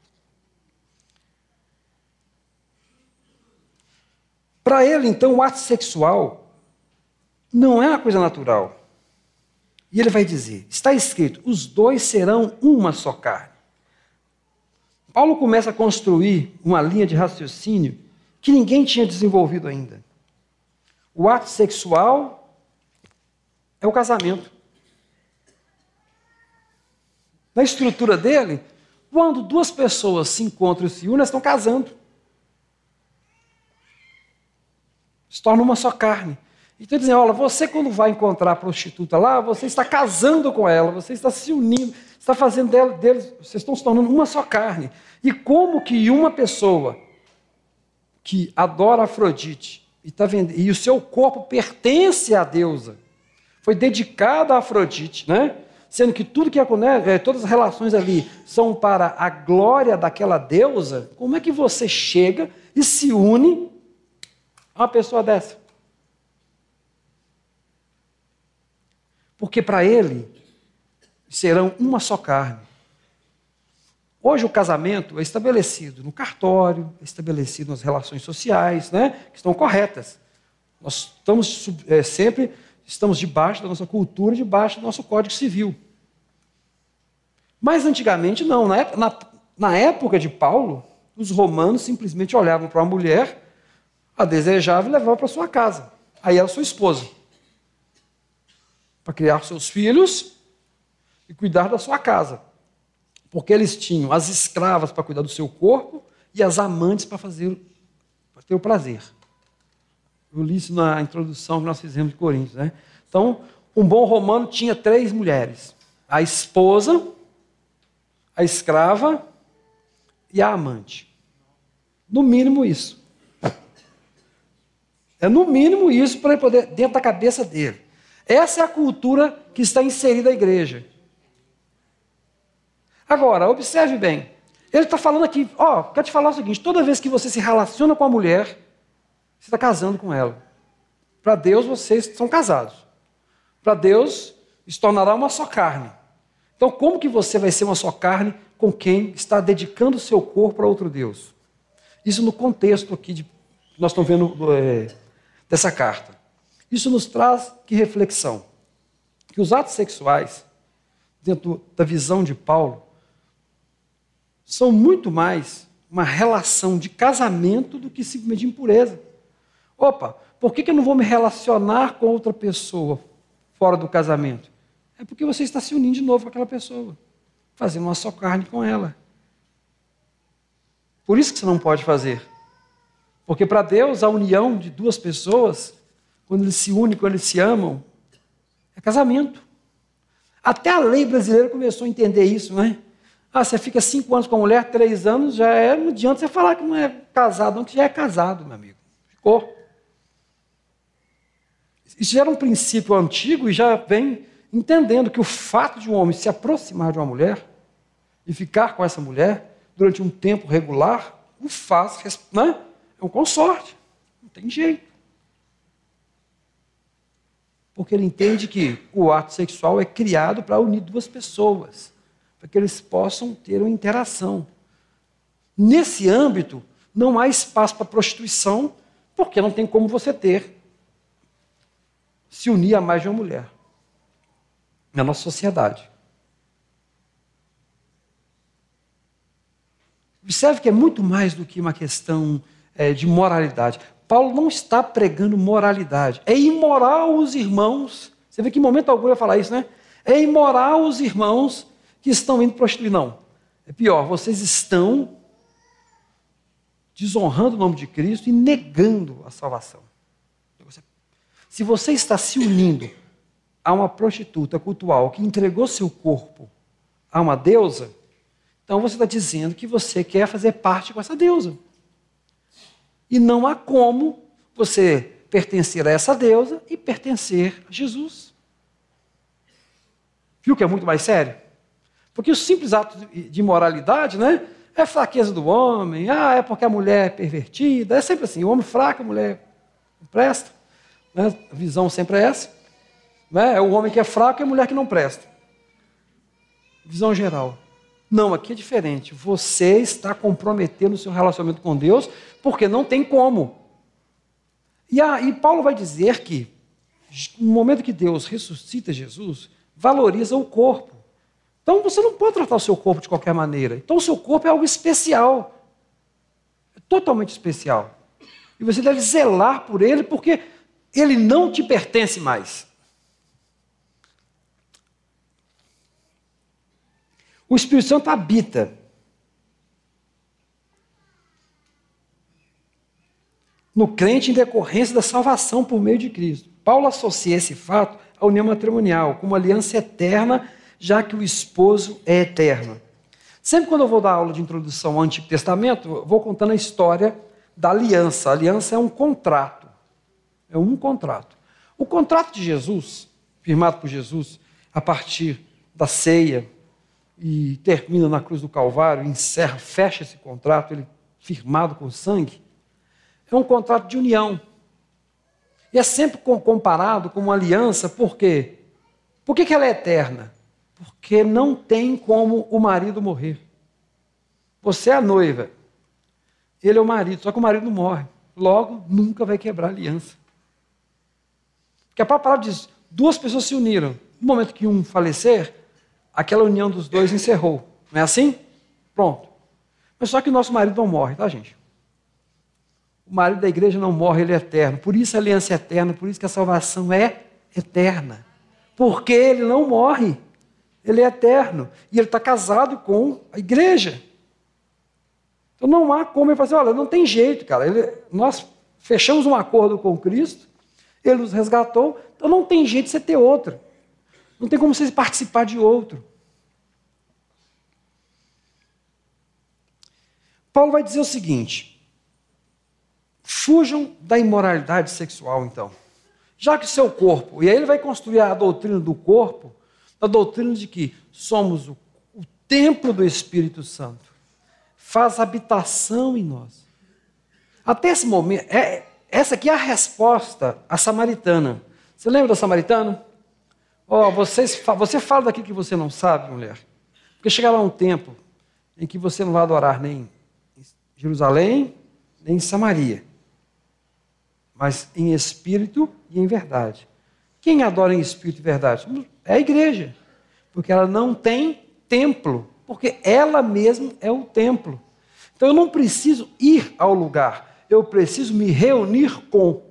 Para ele, então, o ato sexual não é uma coisa natural. E ele vai dizer, está escrito, os dois serão uma só carne. Paulo começa a construir uma linha de raciocínio que ninguém tinha desenvolvido ainda. O ato sexual é o casamento. Na estrutura dele, quando duas pessoas se encontram e se unem, elas estão casando. Se torna uma só carne. Então dizem, olha, você quando vai encontrar a prostituta lá, você está casando com ela, você está se unindo, está fazendo dela, deles, vocês estão se tornando uma só carne. E como que uma pessoa que adora Afrodite e, tá vendo, e o seu corpo pertence à deusa, foi dedicado a Afrodite, né? Sendo que tudo que acontece, todas as relações ali são para a glória daquela deusa, como é que você chega e se une a uma pessoa dessa? Porque para ele serão uma só carne. Hoje o casamento é estabelecido no cartório, é estabelecido nas relações sociais, né, que estão corretas. Nós estamos é, sempre estamos debaixo da nossa cultura, debaixo do nosso Código Civil. Mas antigamente não. Na época, na, na época de Paulo, os romanos simplesmente olhavam para uma mulher, a desejavam e levavam para sua casa. Aí era sua esposa. Para criar seus filhos e cuidar da sua casa. Porque eles tinham as escravas para cuidar do seu corpo e as amantes para fazer teu prazer. Eu li isso na introdução que nós fizemos de Coríntios, né? Então, um bom romano tinha três mulheres: a esposa, a escrava e a amante. No mínimo isso. É no mínimo isso para ele poder, dentro da cabeça dele. Essa é a cultura que está inserida na igreja. Agora, observe bem. Ele está falando aqui, ó, quero te falar o seguinte: toda vez que você se relaciona com a mulher, você está casando com ela. Para Deus, vocês são casados. Para Deus, isso tornará uma só carne. Então, como que você vai ser uma só carne com quem está dedicando o seu corpo a outro Deus? Isso no contexto aqui de, que nós estamos vendo é, dessa carta. Isso nos traz que reflexão? Que os atos sexuais, dentro da visão de Paulo, são muito mais uma relação de casamento do que simplesmente de impureza. Opa, por que, que eu não vou me relacionar com outra pessoa fora do casamento? É porque você está se unindo de novo com aquela pessoa, fazendo uma só carne com ela. Por isso que você não pode fazer. Porque para Deus, a união de duas pessoas, quando eles se unem, quando eles se amam, é casamento. Até a lei brasileira começou a entender isso, não é? Ah, você fica cinco anos com a mulher, três anos, já é, não adianta você falar que não é casado, não, que já é casado, meu amigo. Ficou. Isso já era um princípio antigo e já vem entendendo que o fato de um homem se aproximar de uma mulher e ficar com essa mulher durante um tempo regular, o faz, né? É um consorte, não tem jeito. Porque ele entende que o ato sexual é criado para unir duas pessoas, para que eles possam ter uma interação. Nesse âmbito, não há espaço para prostituição, porque não tem como você ter, se unir a mais de uma mulher na nossa sociedade. Observe que é muito mais do que uma questão é, de moralidade. Paulo não está pregando moralidade. É imoral os irmãos. Você vê que em momento algum ele vai falar isso, né? É imoral os irmãos que estão indo prostituir. Não. É pior, vocês estão desonrando o nome de Cristo e negando a salvação. Se você está se unindo a uma prostituta cultual que entregou seu corpo a uma deusa, então você está dizendo que você quer fazer parte com essa deusa. E não há como você pertencer a essa deusa e pertencer a Jesus. Viu que é muito mais sério? Porque os simples atos de imoralidade, né, é fraqueza do homem, ah, é porque a mulher é pervertida, é sempre assim, o homem fraco, a mulher não presta. Né? A visão sempre é essa. Né? É o homem que é fraco e a mulher que não presta. Visão geral. Não, aqui é diferente. Você está comprometendo o seu relacionamento com Deus porque não tem como. E, a, e Paulo vai dizer que no momento que Deus ressuscita Jesus, valoriza o corpo. Então você não pode tratar o seu corpo de qualquer maneira. Então o seu corpo é algo especial. É totalmente especial. E você deve zelar por ele porque ele não te pertence mais. O Espírito Santo habita no crente em decorrência da salvação por meio de Cristo. Paulo associa esse fato à união matrimonial, como aliança eterna, já que o esposo é eterno. Sempre quando eu vou dar aula de introdução ao Antigo Testamento, eu vou contando a história da aliança. A aliança é um contrato. É um contrato. O contrato de Jesus, firmado por Jesus, a partir da ceia, e termina na cruz do Calvário, encerra, fecha esse contrato, ele firmado com sangue, é um contrato de união. E é sempre comparado com uma aliança, por quê? Por que que ela é eterna? Porque não tem como o marido morrer. Você é a noiva, ele é o marido, só que o marido não morre. Logo, nunca vai quebrar a aliança. Porque a própria palavra diz, duas pessoas se uniram. No momento que um falecer, aquela união dos dois encerrou. Não é assim? Pronto. Mas só que o nosso marido não morre, tá, gente? O marido da igreja não morre, ele é eterno. Por isso a aliança é eterna, por isso que a salvação é eterna. Porque ele não morre. Ele é eterno. E ele está casado com a igreja. Então não há como ele falar assim, olha, não tem jeito, cara. Ele, nós fechamos um acordo com Cristo, ele nos resgatou, então não tem jeito de você ter outro. Não tem como você participar de outro. Paulo vai dizer o seguinte: fujam da imoralidade sexual, então. Já que o seu corpo, e aí ele vai construir a doutrina do corpo, a doutrina de que somos o, o templo do Espírito Santo, faz habitação em nós. Até esse momento, é, essa aqui é a resposta à samaritana. Você lembra da samaritana? Oh, vocês, você fala daquilo que você não sabe, mulher. Porque chegará um tempo em que você não vai adorar nem em Jerusalém, nem em Samaria, mas em espírito e em verdade. Quem adora em espírito e verdade? É a igreja, porque ela não tem templo, porque ela mesma é o templo. Então eu não preciso ir ao lugar, eu preciso me reunir com.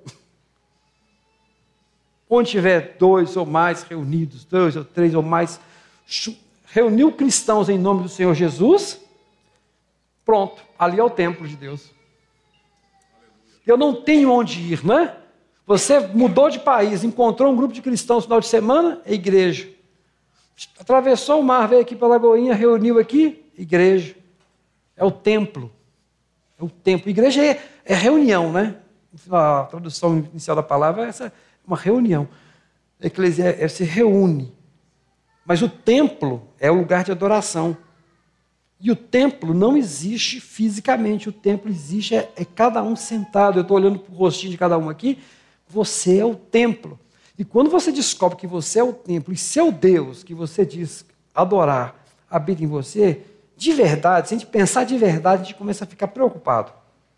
Onde tiver dois ou mais reunidos, dois ou três ou mais, reuniu cristãos em nome do Senhor Jesus, pronto, ali é o templo de Deus. Eu não tenho onde ir, né? Você mudou de país, encontrou um grupo de cristãos no final de semana, é igreja. Atravessou o mar, veio aqui para a Lagoinha, reuniu aqui, igreja. É o templo. É o templo. Igreja é, é reunião, né? A tradução inicial da palavra é essa, uma reunião. A eclesia é, se reúne. Mas o templo é o lugar de adoração. E o templo não existe fisicamente, o templo existe, é, é cada um sentado. Eu estou olhando para o rostinho de cada um aqui, você é o templo. E quando você descobre que você é o templo, e seu Deus, que você diz adorar, habita em você, de verdade, se a gente pensar de verdade, a gente começa a ficar preocupado.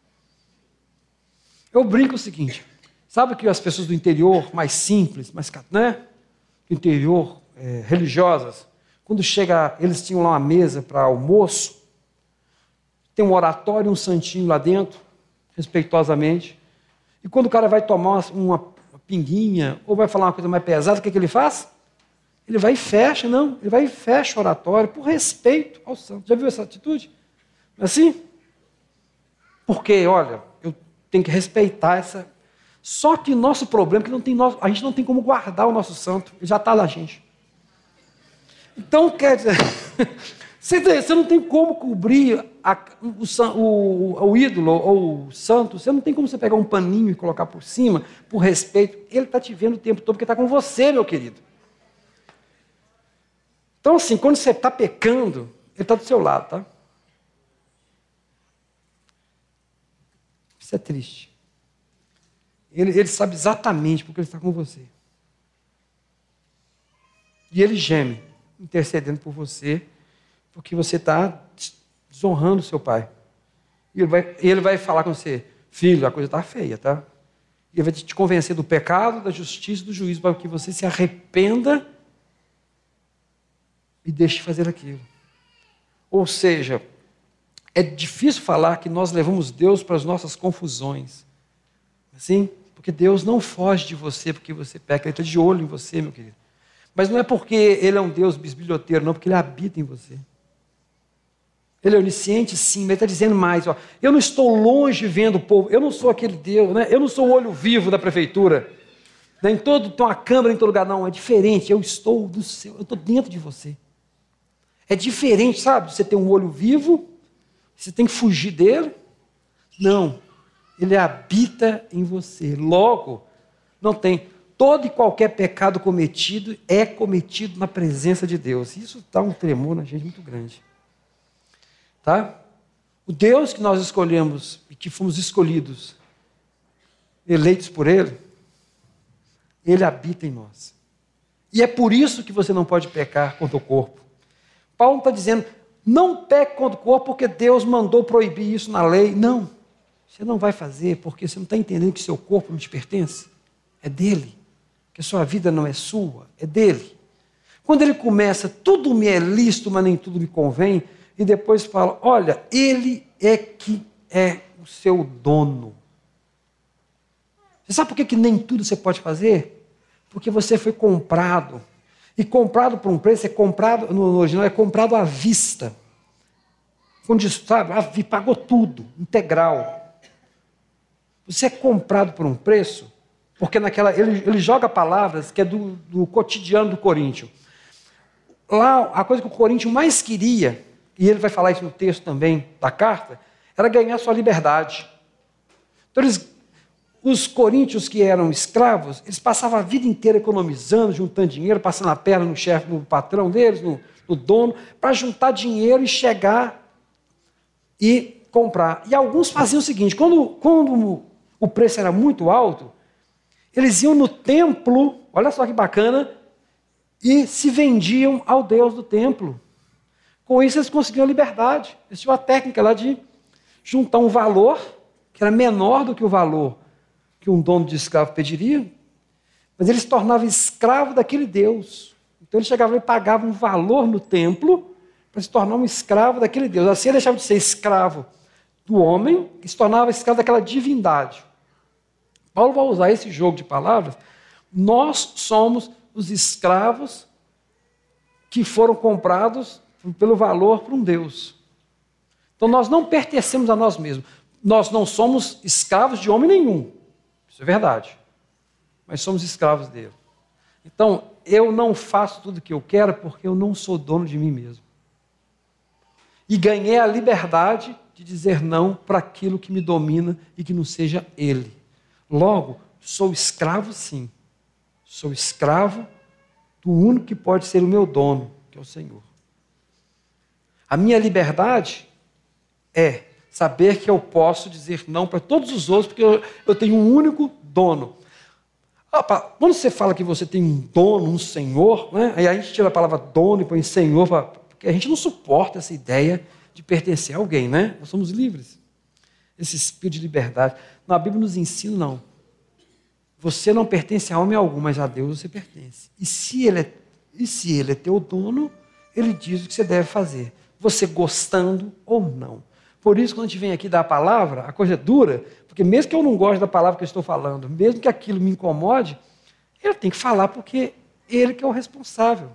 Eu brinco o seguinte, sabe que as pessoas do interior, mais simples, mais, né, do interior, é, religiosas, quando chega, eles tinham lá uma mesa para almoço, tem um oratório, um santinho lá dentro, respeitosamente, e quando o cara vai tomar uma, uma pinguinha, ou vai falar uma coisa mais pesada, o que, que ele faz? Ele vai e fecha, não, ele vai e fecha o oratório, por respeito ao santo. Já viu essa atitude? Assim? Porque, olha, eu tenho que respeitar essa... Só que nosso problema é que não tem nosso... a gente não tem como guardar o nosso santo, ele já está na gente. Então, quer dizer, você não tem como cobrir a, o, o, o ídolo ou o santo, você não tem como você pegar um paninho e colocar por cima, por respeito. Ele está te vendo o tempo todo, porque está com você, meu querido. Então, assim, quando você está pecando, ele está do seu lado, tá? Isso é triste. Ele, ele sabe exatamente porque ele está com você. E ele geme, intercedendo por você, porque você está desonrando o seu pai. E ele vai, ele vai falar com você, filho, a coisa está feia, tá? E ele vai te convencer do pecado, da justiça e do juízo, para que você se arrependa e deixe de fazer aquilo. Ou seja, é difícil falar que nós levamos Deus para as nossas confusões. Assim? Porque Deus não foge de você porque você peca, Ele está de olho em você, meu querido. Mas não é porque Ele é um Deus bisbilhoteiro, não, porque Ele habita em você. Ele é onisciente, sim, mas Ele está dizendo mais. Ó, eu não estou longe vendo o povo, eu não sou aquele Deus, né? Eu não sou o olho vivo da prefeitura. Né? Em todo, tem uma câmera em todo lugar, não, é diferente, eu estou do seu, eu estou dentro de você. É diferente, sabe? Você tem um olho vivo, você tem que fugir dele. Não, ele habita em você. Logo, não tem. Todo e qualquer pecado cometido é cometido na presença de Deus. Isso dá um tremor na gente muito grande. Tá? O Deus que nós escolhemos e que fomos escolhidos, eleitos por Ele, Ele habita em nós. E é por isso que você não pode pecar contra o corpo. Paulo está dizendo, não peque contra o corpo porque Deus mandou proibir isso na lei. Não, você não vai fazer porque você não está entendendo que seu corpo não te pertence. É dele. Que a sua vida não é sua, é dele. Quando ele começa, tudo me é lícito, mas nem tudo me convém, e depois fala, olha, ele é que é o seu dono. Você sabe por que, que nem tudo você pode fazer? Porque você foi comprado. E comprado por um preço, é comprado, no original é comprado à vista. quando, sabe, ah, pagou tudo, integral. Você é comprado por um preço, porque naquela, ele, ele joga palavras que é do, do cotidiano do coríntio. Lá, a coisa que o coríntio mais queria, e ele vai falar isso no texto também da carta, era ganhar sua liberdade. Então, eles, os coríntios que eram escravos, eles passavam a vida inteira economizando, juntando dinheiro, passando a perna no chefe, no patrão deles, no, no dono, para juntar dinheiro e chegar e comprar. E alguns faziam o seguinte, quando, quando o preço era muito alto, eles iam no templo, olha só que bacana, e se vendiam ao Deus do templo. Com isso eles conseguiam a liberdade. Eles tinham a técnica lá de juntar um valor que era menor do que o valor que um dono de escravo pediria, mas ele se tornava escravo daquele Deus. Então ele chegava e pagava um valor no templo para se tornar um escravo daquele Deus. Assim ele deixava de ser escravo do homem e se tornava escravo daquela divindade. Paulo vai usar esse jogo de palavras. Nós somos os escravos que foram comprados pelo valor por um Deus. Então nós não pertencemos a nós mesmos. Nós não somos escravos de homem nenhum. Isso é verdade. Mas somos escravos dele. Então, eu não faço tudo o que eu quero porque eu não sou dono de mim mesmo. E ganhei a liberdade de dizer não para aquilo que me domina e que não seja ele. Logo, sou escravo sim. Sou escravo do único que pode ser o meu dono, que é o Senhor. A minha liberdade é saber que eu posso dizer não para todos os outros, porque eu, eu tenho um único dono. Opa, quando você fala que você tem um dono, um senhor, né? Aí a gente tira a palavra dono e põe senhor, pra, porque a gente não suporta essa ideia de pertencer a alguém, né? Nós somos livres. Esse espírito de liberdade. Na Bíblia nos ensina, não. Você não pertence a homem algum, mas a Deus você pertence. E se ele é, e se ele é teu dono, ele diz o que você deve fazer. Você gostando ou não. Por isso, quando a gente vem aqui dar a palavra, a coisa é dura, porque mesmo que eu não goste da palavra que eu estou falando, mesmo que aquilo me incomode, eu tenho que falar porque ele que é o responsável.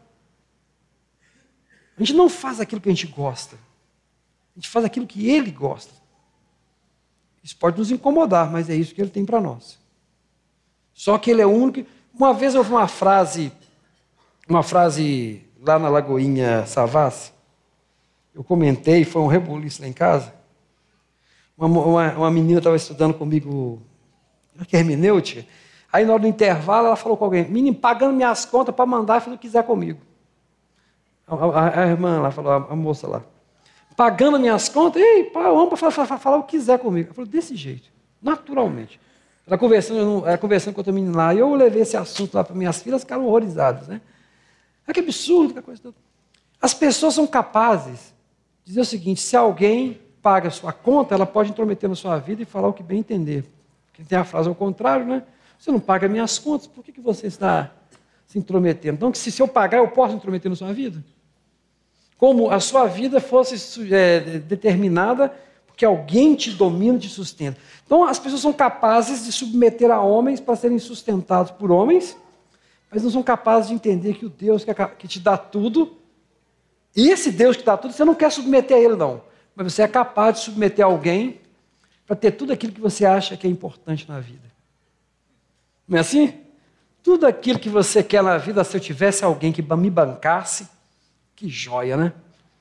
A gente não faz aquilo que a gente gosta. A gente faz aquilo que ele gosta. Isso pode nos incomodar, mas é isso que ele tem para nós. Só que ele é o único... Uma vez eu ouvi uma frase, uma frase lá na Lagoinha Savassi, eu comentei, foi um rebuliço lá em casa. Uma, uma, uma menina estava estudando comigo, que é hermenêutica. Aí, na hora do intervalo, ela falou com alguém, menino, pagando minhas contas para mandar fazer o que quiser comigo. A, a, a irmã lá falou, a, a moça lá. Pagando minhas contas, ei, pá, eu amo para falar, falar, falar o que quiser comigo. Ela falou, desse jeito, naturalmente. Ela conversando, ela conversando com outra menina lá, e eu levei esse assunto lá para minhas filhas, ficaram horrorizadas, né? É que absurdo, que coisa toda. As pessoas são capazes de dizer o seguinte, se alguém paga a sua conta, ela pode intrometer na sua vida e falar o que bem entender. Porque tem a frase ao contrário, né? Você não paga minhas contas, por que, que você está se intrometendo? Então, se, se eu pagar, eu posso intrometer na sua vida? Como a sua vida fosse é, determinada porque alguém te domina, te sustenta. Então, as pessoas são capazes de submeter a homens para serem sustentados por homens, mas não são capazes de entender que o Deus que, que te dá tudo, e esse Deus que dá tudo, você não quer submeter a ele, não. Mas você é capaz de submeter alguém para ter tudo aquilo que você acha que é importante na vida. Não é assim? Tudo aquilo que você quer na vida, se eu tivesse alguém que me bancasse, que joia, né?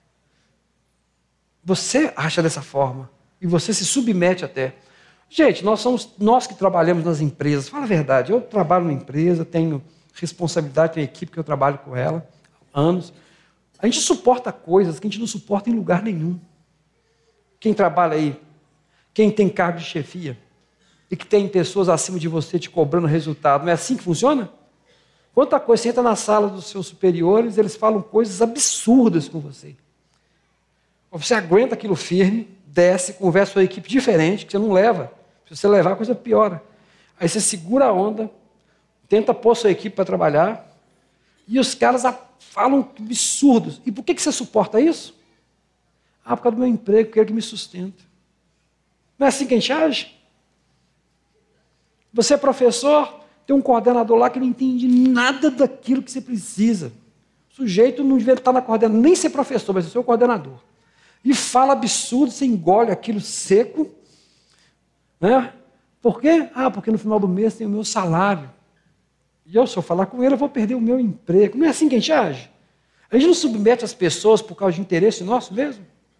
Você acha dessa forma. E você se submete até. Gente, nós somos nós que trabalhamos nas empresas. Fala a verdade, eu trabalho numa empresa, tenho responsabilidade, tenho equipe que eu trabalho com ela há anos. A gente suporta coisas que a gente não suporta em lugar nenhum. Quem trabalha aí, quem tem cargo de chefia e que tem pessoas acima de você te cobrando resultado, não é assim que funciona? Quanta coisa, você entra na sala dos seus superiores, eles falam coisas absurdas com você. Você aguenta aquilo firme, desce, conversa com a equipe diferente, que você não leva. Se você levar, a coisa piora. Aí você segura a onda, tenta pôr sua equipe para trabalhar, e os caras falam absurdos. E por que você suporta isso? Ah, por causa do meu emprego, porque é ele que me sustenta. Não é assim que a gente age? Você é professor, tem um coordenador lá que não entende nada daquilo que você precisa. O sujeito não devia estar na coordenação, nem ser professor, mas ser o coordenador. e fala absurdo, você engole aquilo seco, né? Por quê? Ah, porque no final do mês tem o meu salário. E eu, se eu falar com ele, eu vou perder o meu emprego. Não é assim que a gente age? A gente não submete as pessoas por causa de interesse nosso mesmo?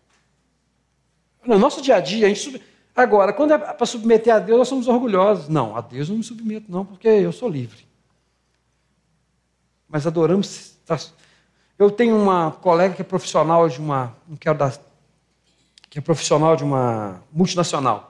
No nosso dia a dia, a gente sub... Agora, quando é para submeter a Deus, nós somos orgulhosos. Não, a Deus eu não me submeto, não, porque eu sou livre. Mas adoramos... Eu tenho uma colega que é profissional de uma... Não quero dar... Que é profissional de uma multinacional.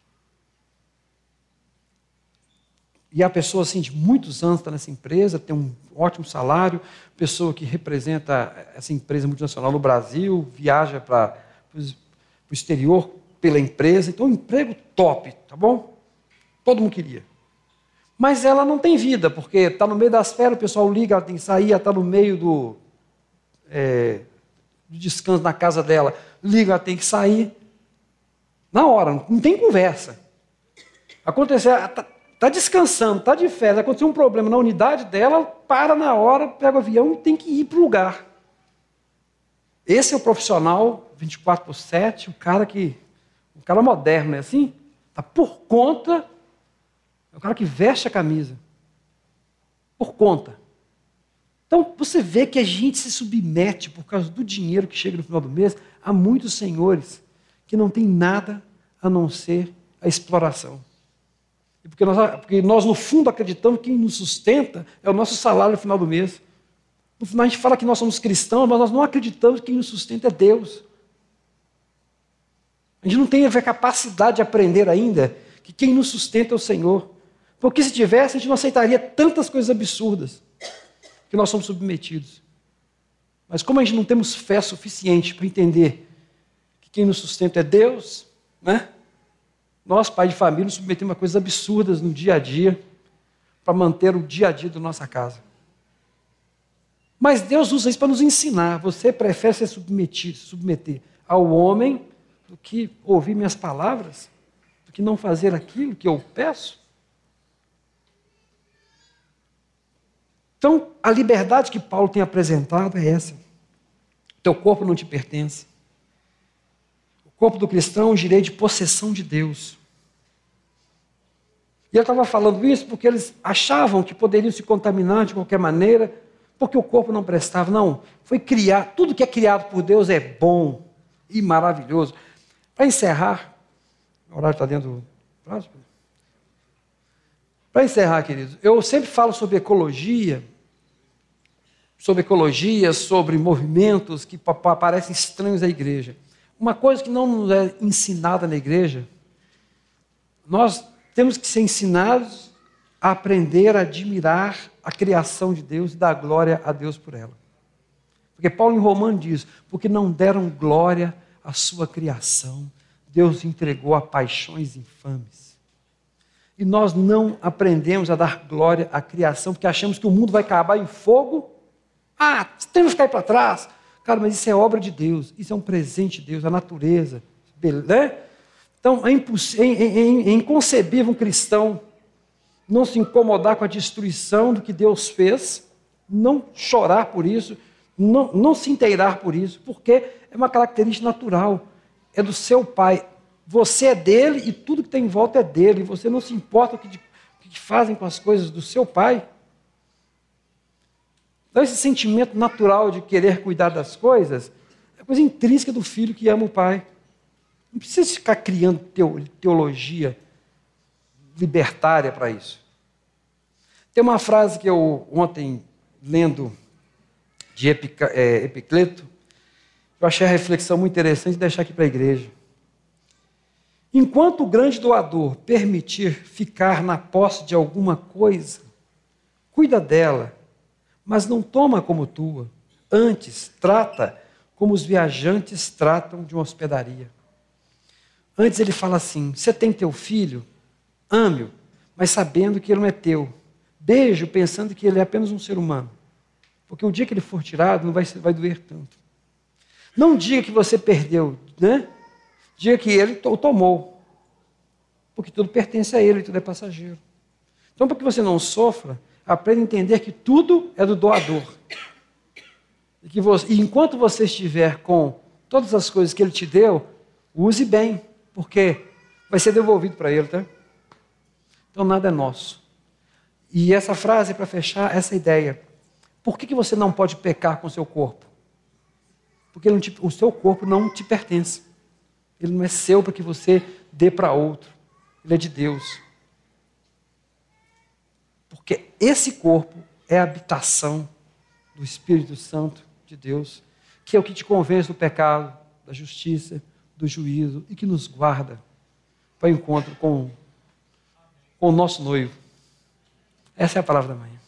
E a pessoa assim, de muitos anos está nessa empresa, tem um ótimo salário, pessoa que representa essa empresa multinacional no Brasil, viaja para o exterior pela empresa, então um emprego top, tá bom? Todo mundo queria. Mas ela não tem vida, porque está no meio das férias, o pessoal liga, ela tem que sair, ela está no meio do, é, do descanso na casa dela, liga, ela tem que sair. Na hora, não tem conversa. Aconteceu... Está descansando, está de férias, aconteceu um problema na unidade dela, para na hora, pega o avião e tem que ir para o lugar. Esse é o profissional vinte e quatro por sete, o cara que, o cara moderno, é assim? Está por conta, é o cara que veste a camisa. Por conta. Então, você vê que a gente se submete, por causa do dinheiro que chega no final do mês, a muitos senhores que não tem nada a não ser a exploração. Porque nós, porque nós, no fundo, acreditamos que quem nos sustenta é o nosso salário no final do mês. No final, a gente fala que nós somos cristãos, mas nós não acreditamos que quem nos sustenta é Deus. A gente não tem a capacidade de aprender ainda que quem nos sustenta é o Senhor. Porque se tivesse, a gente não aceitaria tantas coisas absurdas que nós somos submetidos. Mas como a gente não temos fé suficiente para entender que quem nos sustenta é Deus, né? Nós, pai de família, nos submetemos a coisas absurdas no dia a dia para manter o dia a dia da nossa casa. Mas Deus usa isso para nos ensinar. Você prefere ser submetido, submeter ao homem do que ouvir minhas palavras, do que não fazer aquilo que eu peço? Então, a liberdade que Paulo tem apresentado é essa. Teu corpo não te pertence. O corpo do cristão é um direito de possessão de Deus. E ele estava falando isso porque eles achavam que poderiam se contaminar de qualquer maneira, porque o corpo não prestava. Não, foi criado, tudo que é criado por Deus é bom e maravilhoso. Para encerrar, o horário está dentro do prazo. Para encerrar, queridos, eu sempre falo sobre ecologia, sobre ecologia, sobre movimentos que parecem estranhos à igreja. Uma coisa que não nos é ensinada na igreja, nós temos que ser ensinados a aprender a admirar a criação de Deus e dar glória a Deus por ela. Porque Paulo em Romanos diz, porque não deram glória à sua criação, Deus entregou a paixões infames. E nós não aprendemos a dar glória à criação, porque achamos que o mundo vai acabar em fogo. Ah, temos que cair para trás. Cara, mas isso é obra de Deus, isso é um presente de Deus, a natureza, né? Então, é, imposs... é, é, é inconcebível um cristão não se incomodar com a destruição do que Deus fez, não chorar por isso, não, não se inteirar por isso, porque é uma característica natural, é do seu pai. Você é dele e tudo que tem em volta é dele, e você não se importa com o que, o que fazem com as coisas do seu pai. Então, esse sentimento natural de querer cuidar das coisas é coisa intrínseca do filho que ama o pai. Não precisa ficar criando teologia libertária para isso. Tem uma frase que eu, ontem, lendo de Epica, é, Epicleto, eu achei a reflexão muito interessante de deixar aqui para a igreja. Enquanto o grande doador permitir ficar na posse de alguma coisa, cuida dela, mas não toma como tua. Antes, trata como os viajantes tratam de uma hospedaria. Antes ele fala assim, você tem teu filho? Ame-o, mas sabendo que ele não é teu. Beije-o pensando que ele é apenas um ser humano. Porque o dia que ele for tirado, não vai, vai doer tanto. Não diga que você perdeu, né? Diga que ele o tomou. Porque tudo pertence a ele, tudo é passageiro. Então, para que você não sofra, aprenda a entender que tudo é do doador. E, que você, e enquanto você estiver com todas as coisas que Ele te deu, use bem, porque vai ser devolvido para Ele, tá? Então nada é nosso. E essa frase é para fechar essa ideia. Por que que você não pode pecar com o seu corpo? Porque ele não te, o seu corpo não te pertence. Ele não é seu para que você dê para outro. Ele é de Deus. Porque esse corpo é a habitação do Espírito Santo de Deus, que é o que te convence do pecado, da justiça, do juízo e que nos guarda para o encontro com, com o nosso noivo. Essa é a palavra da manhã.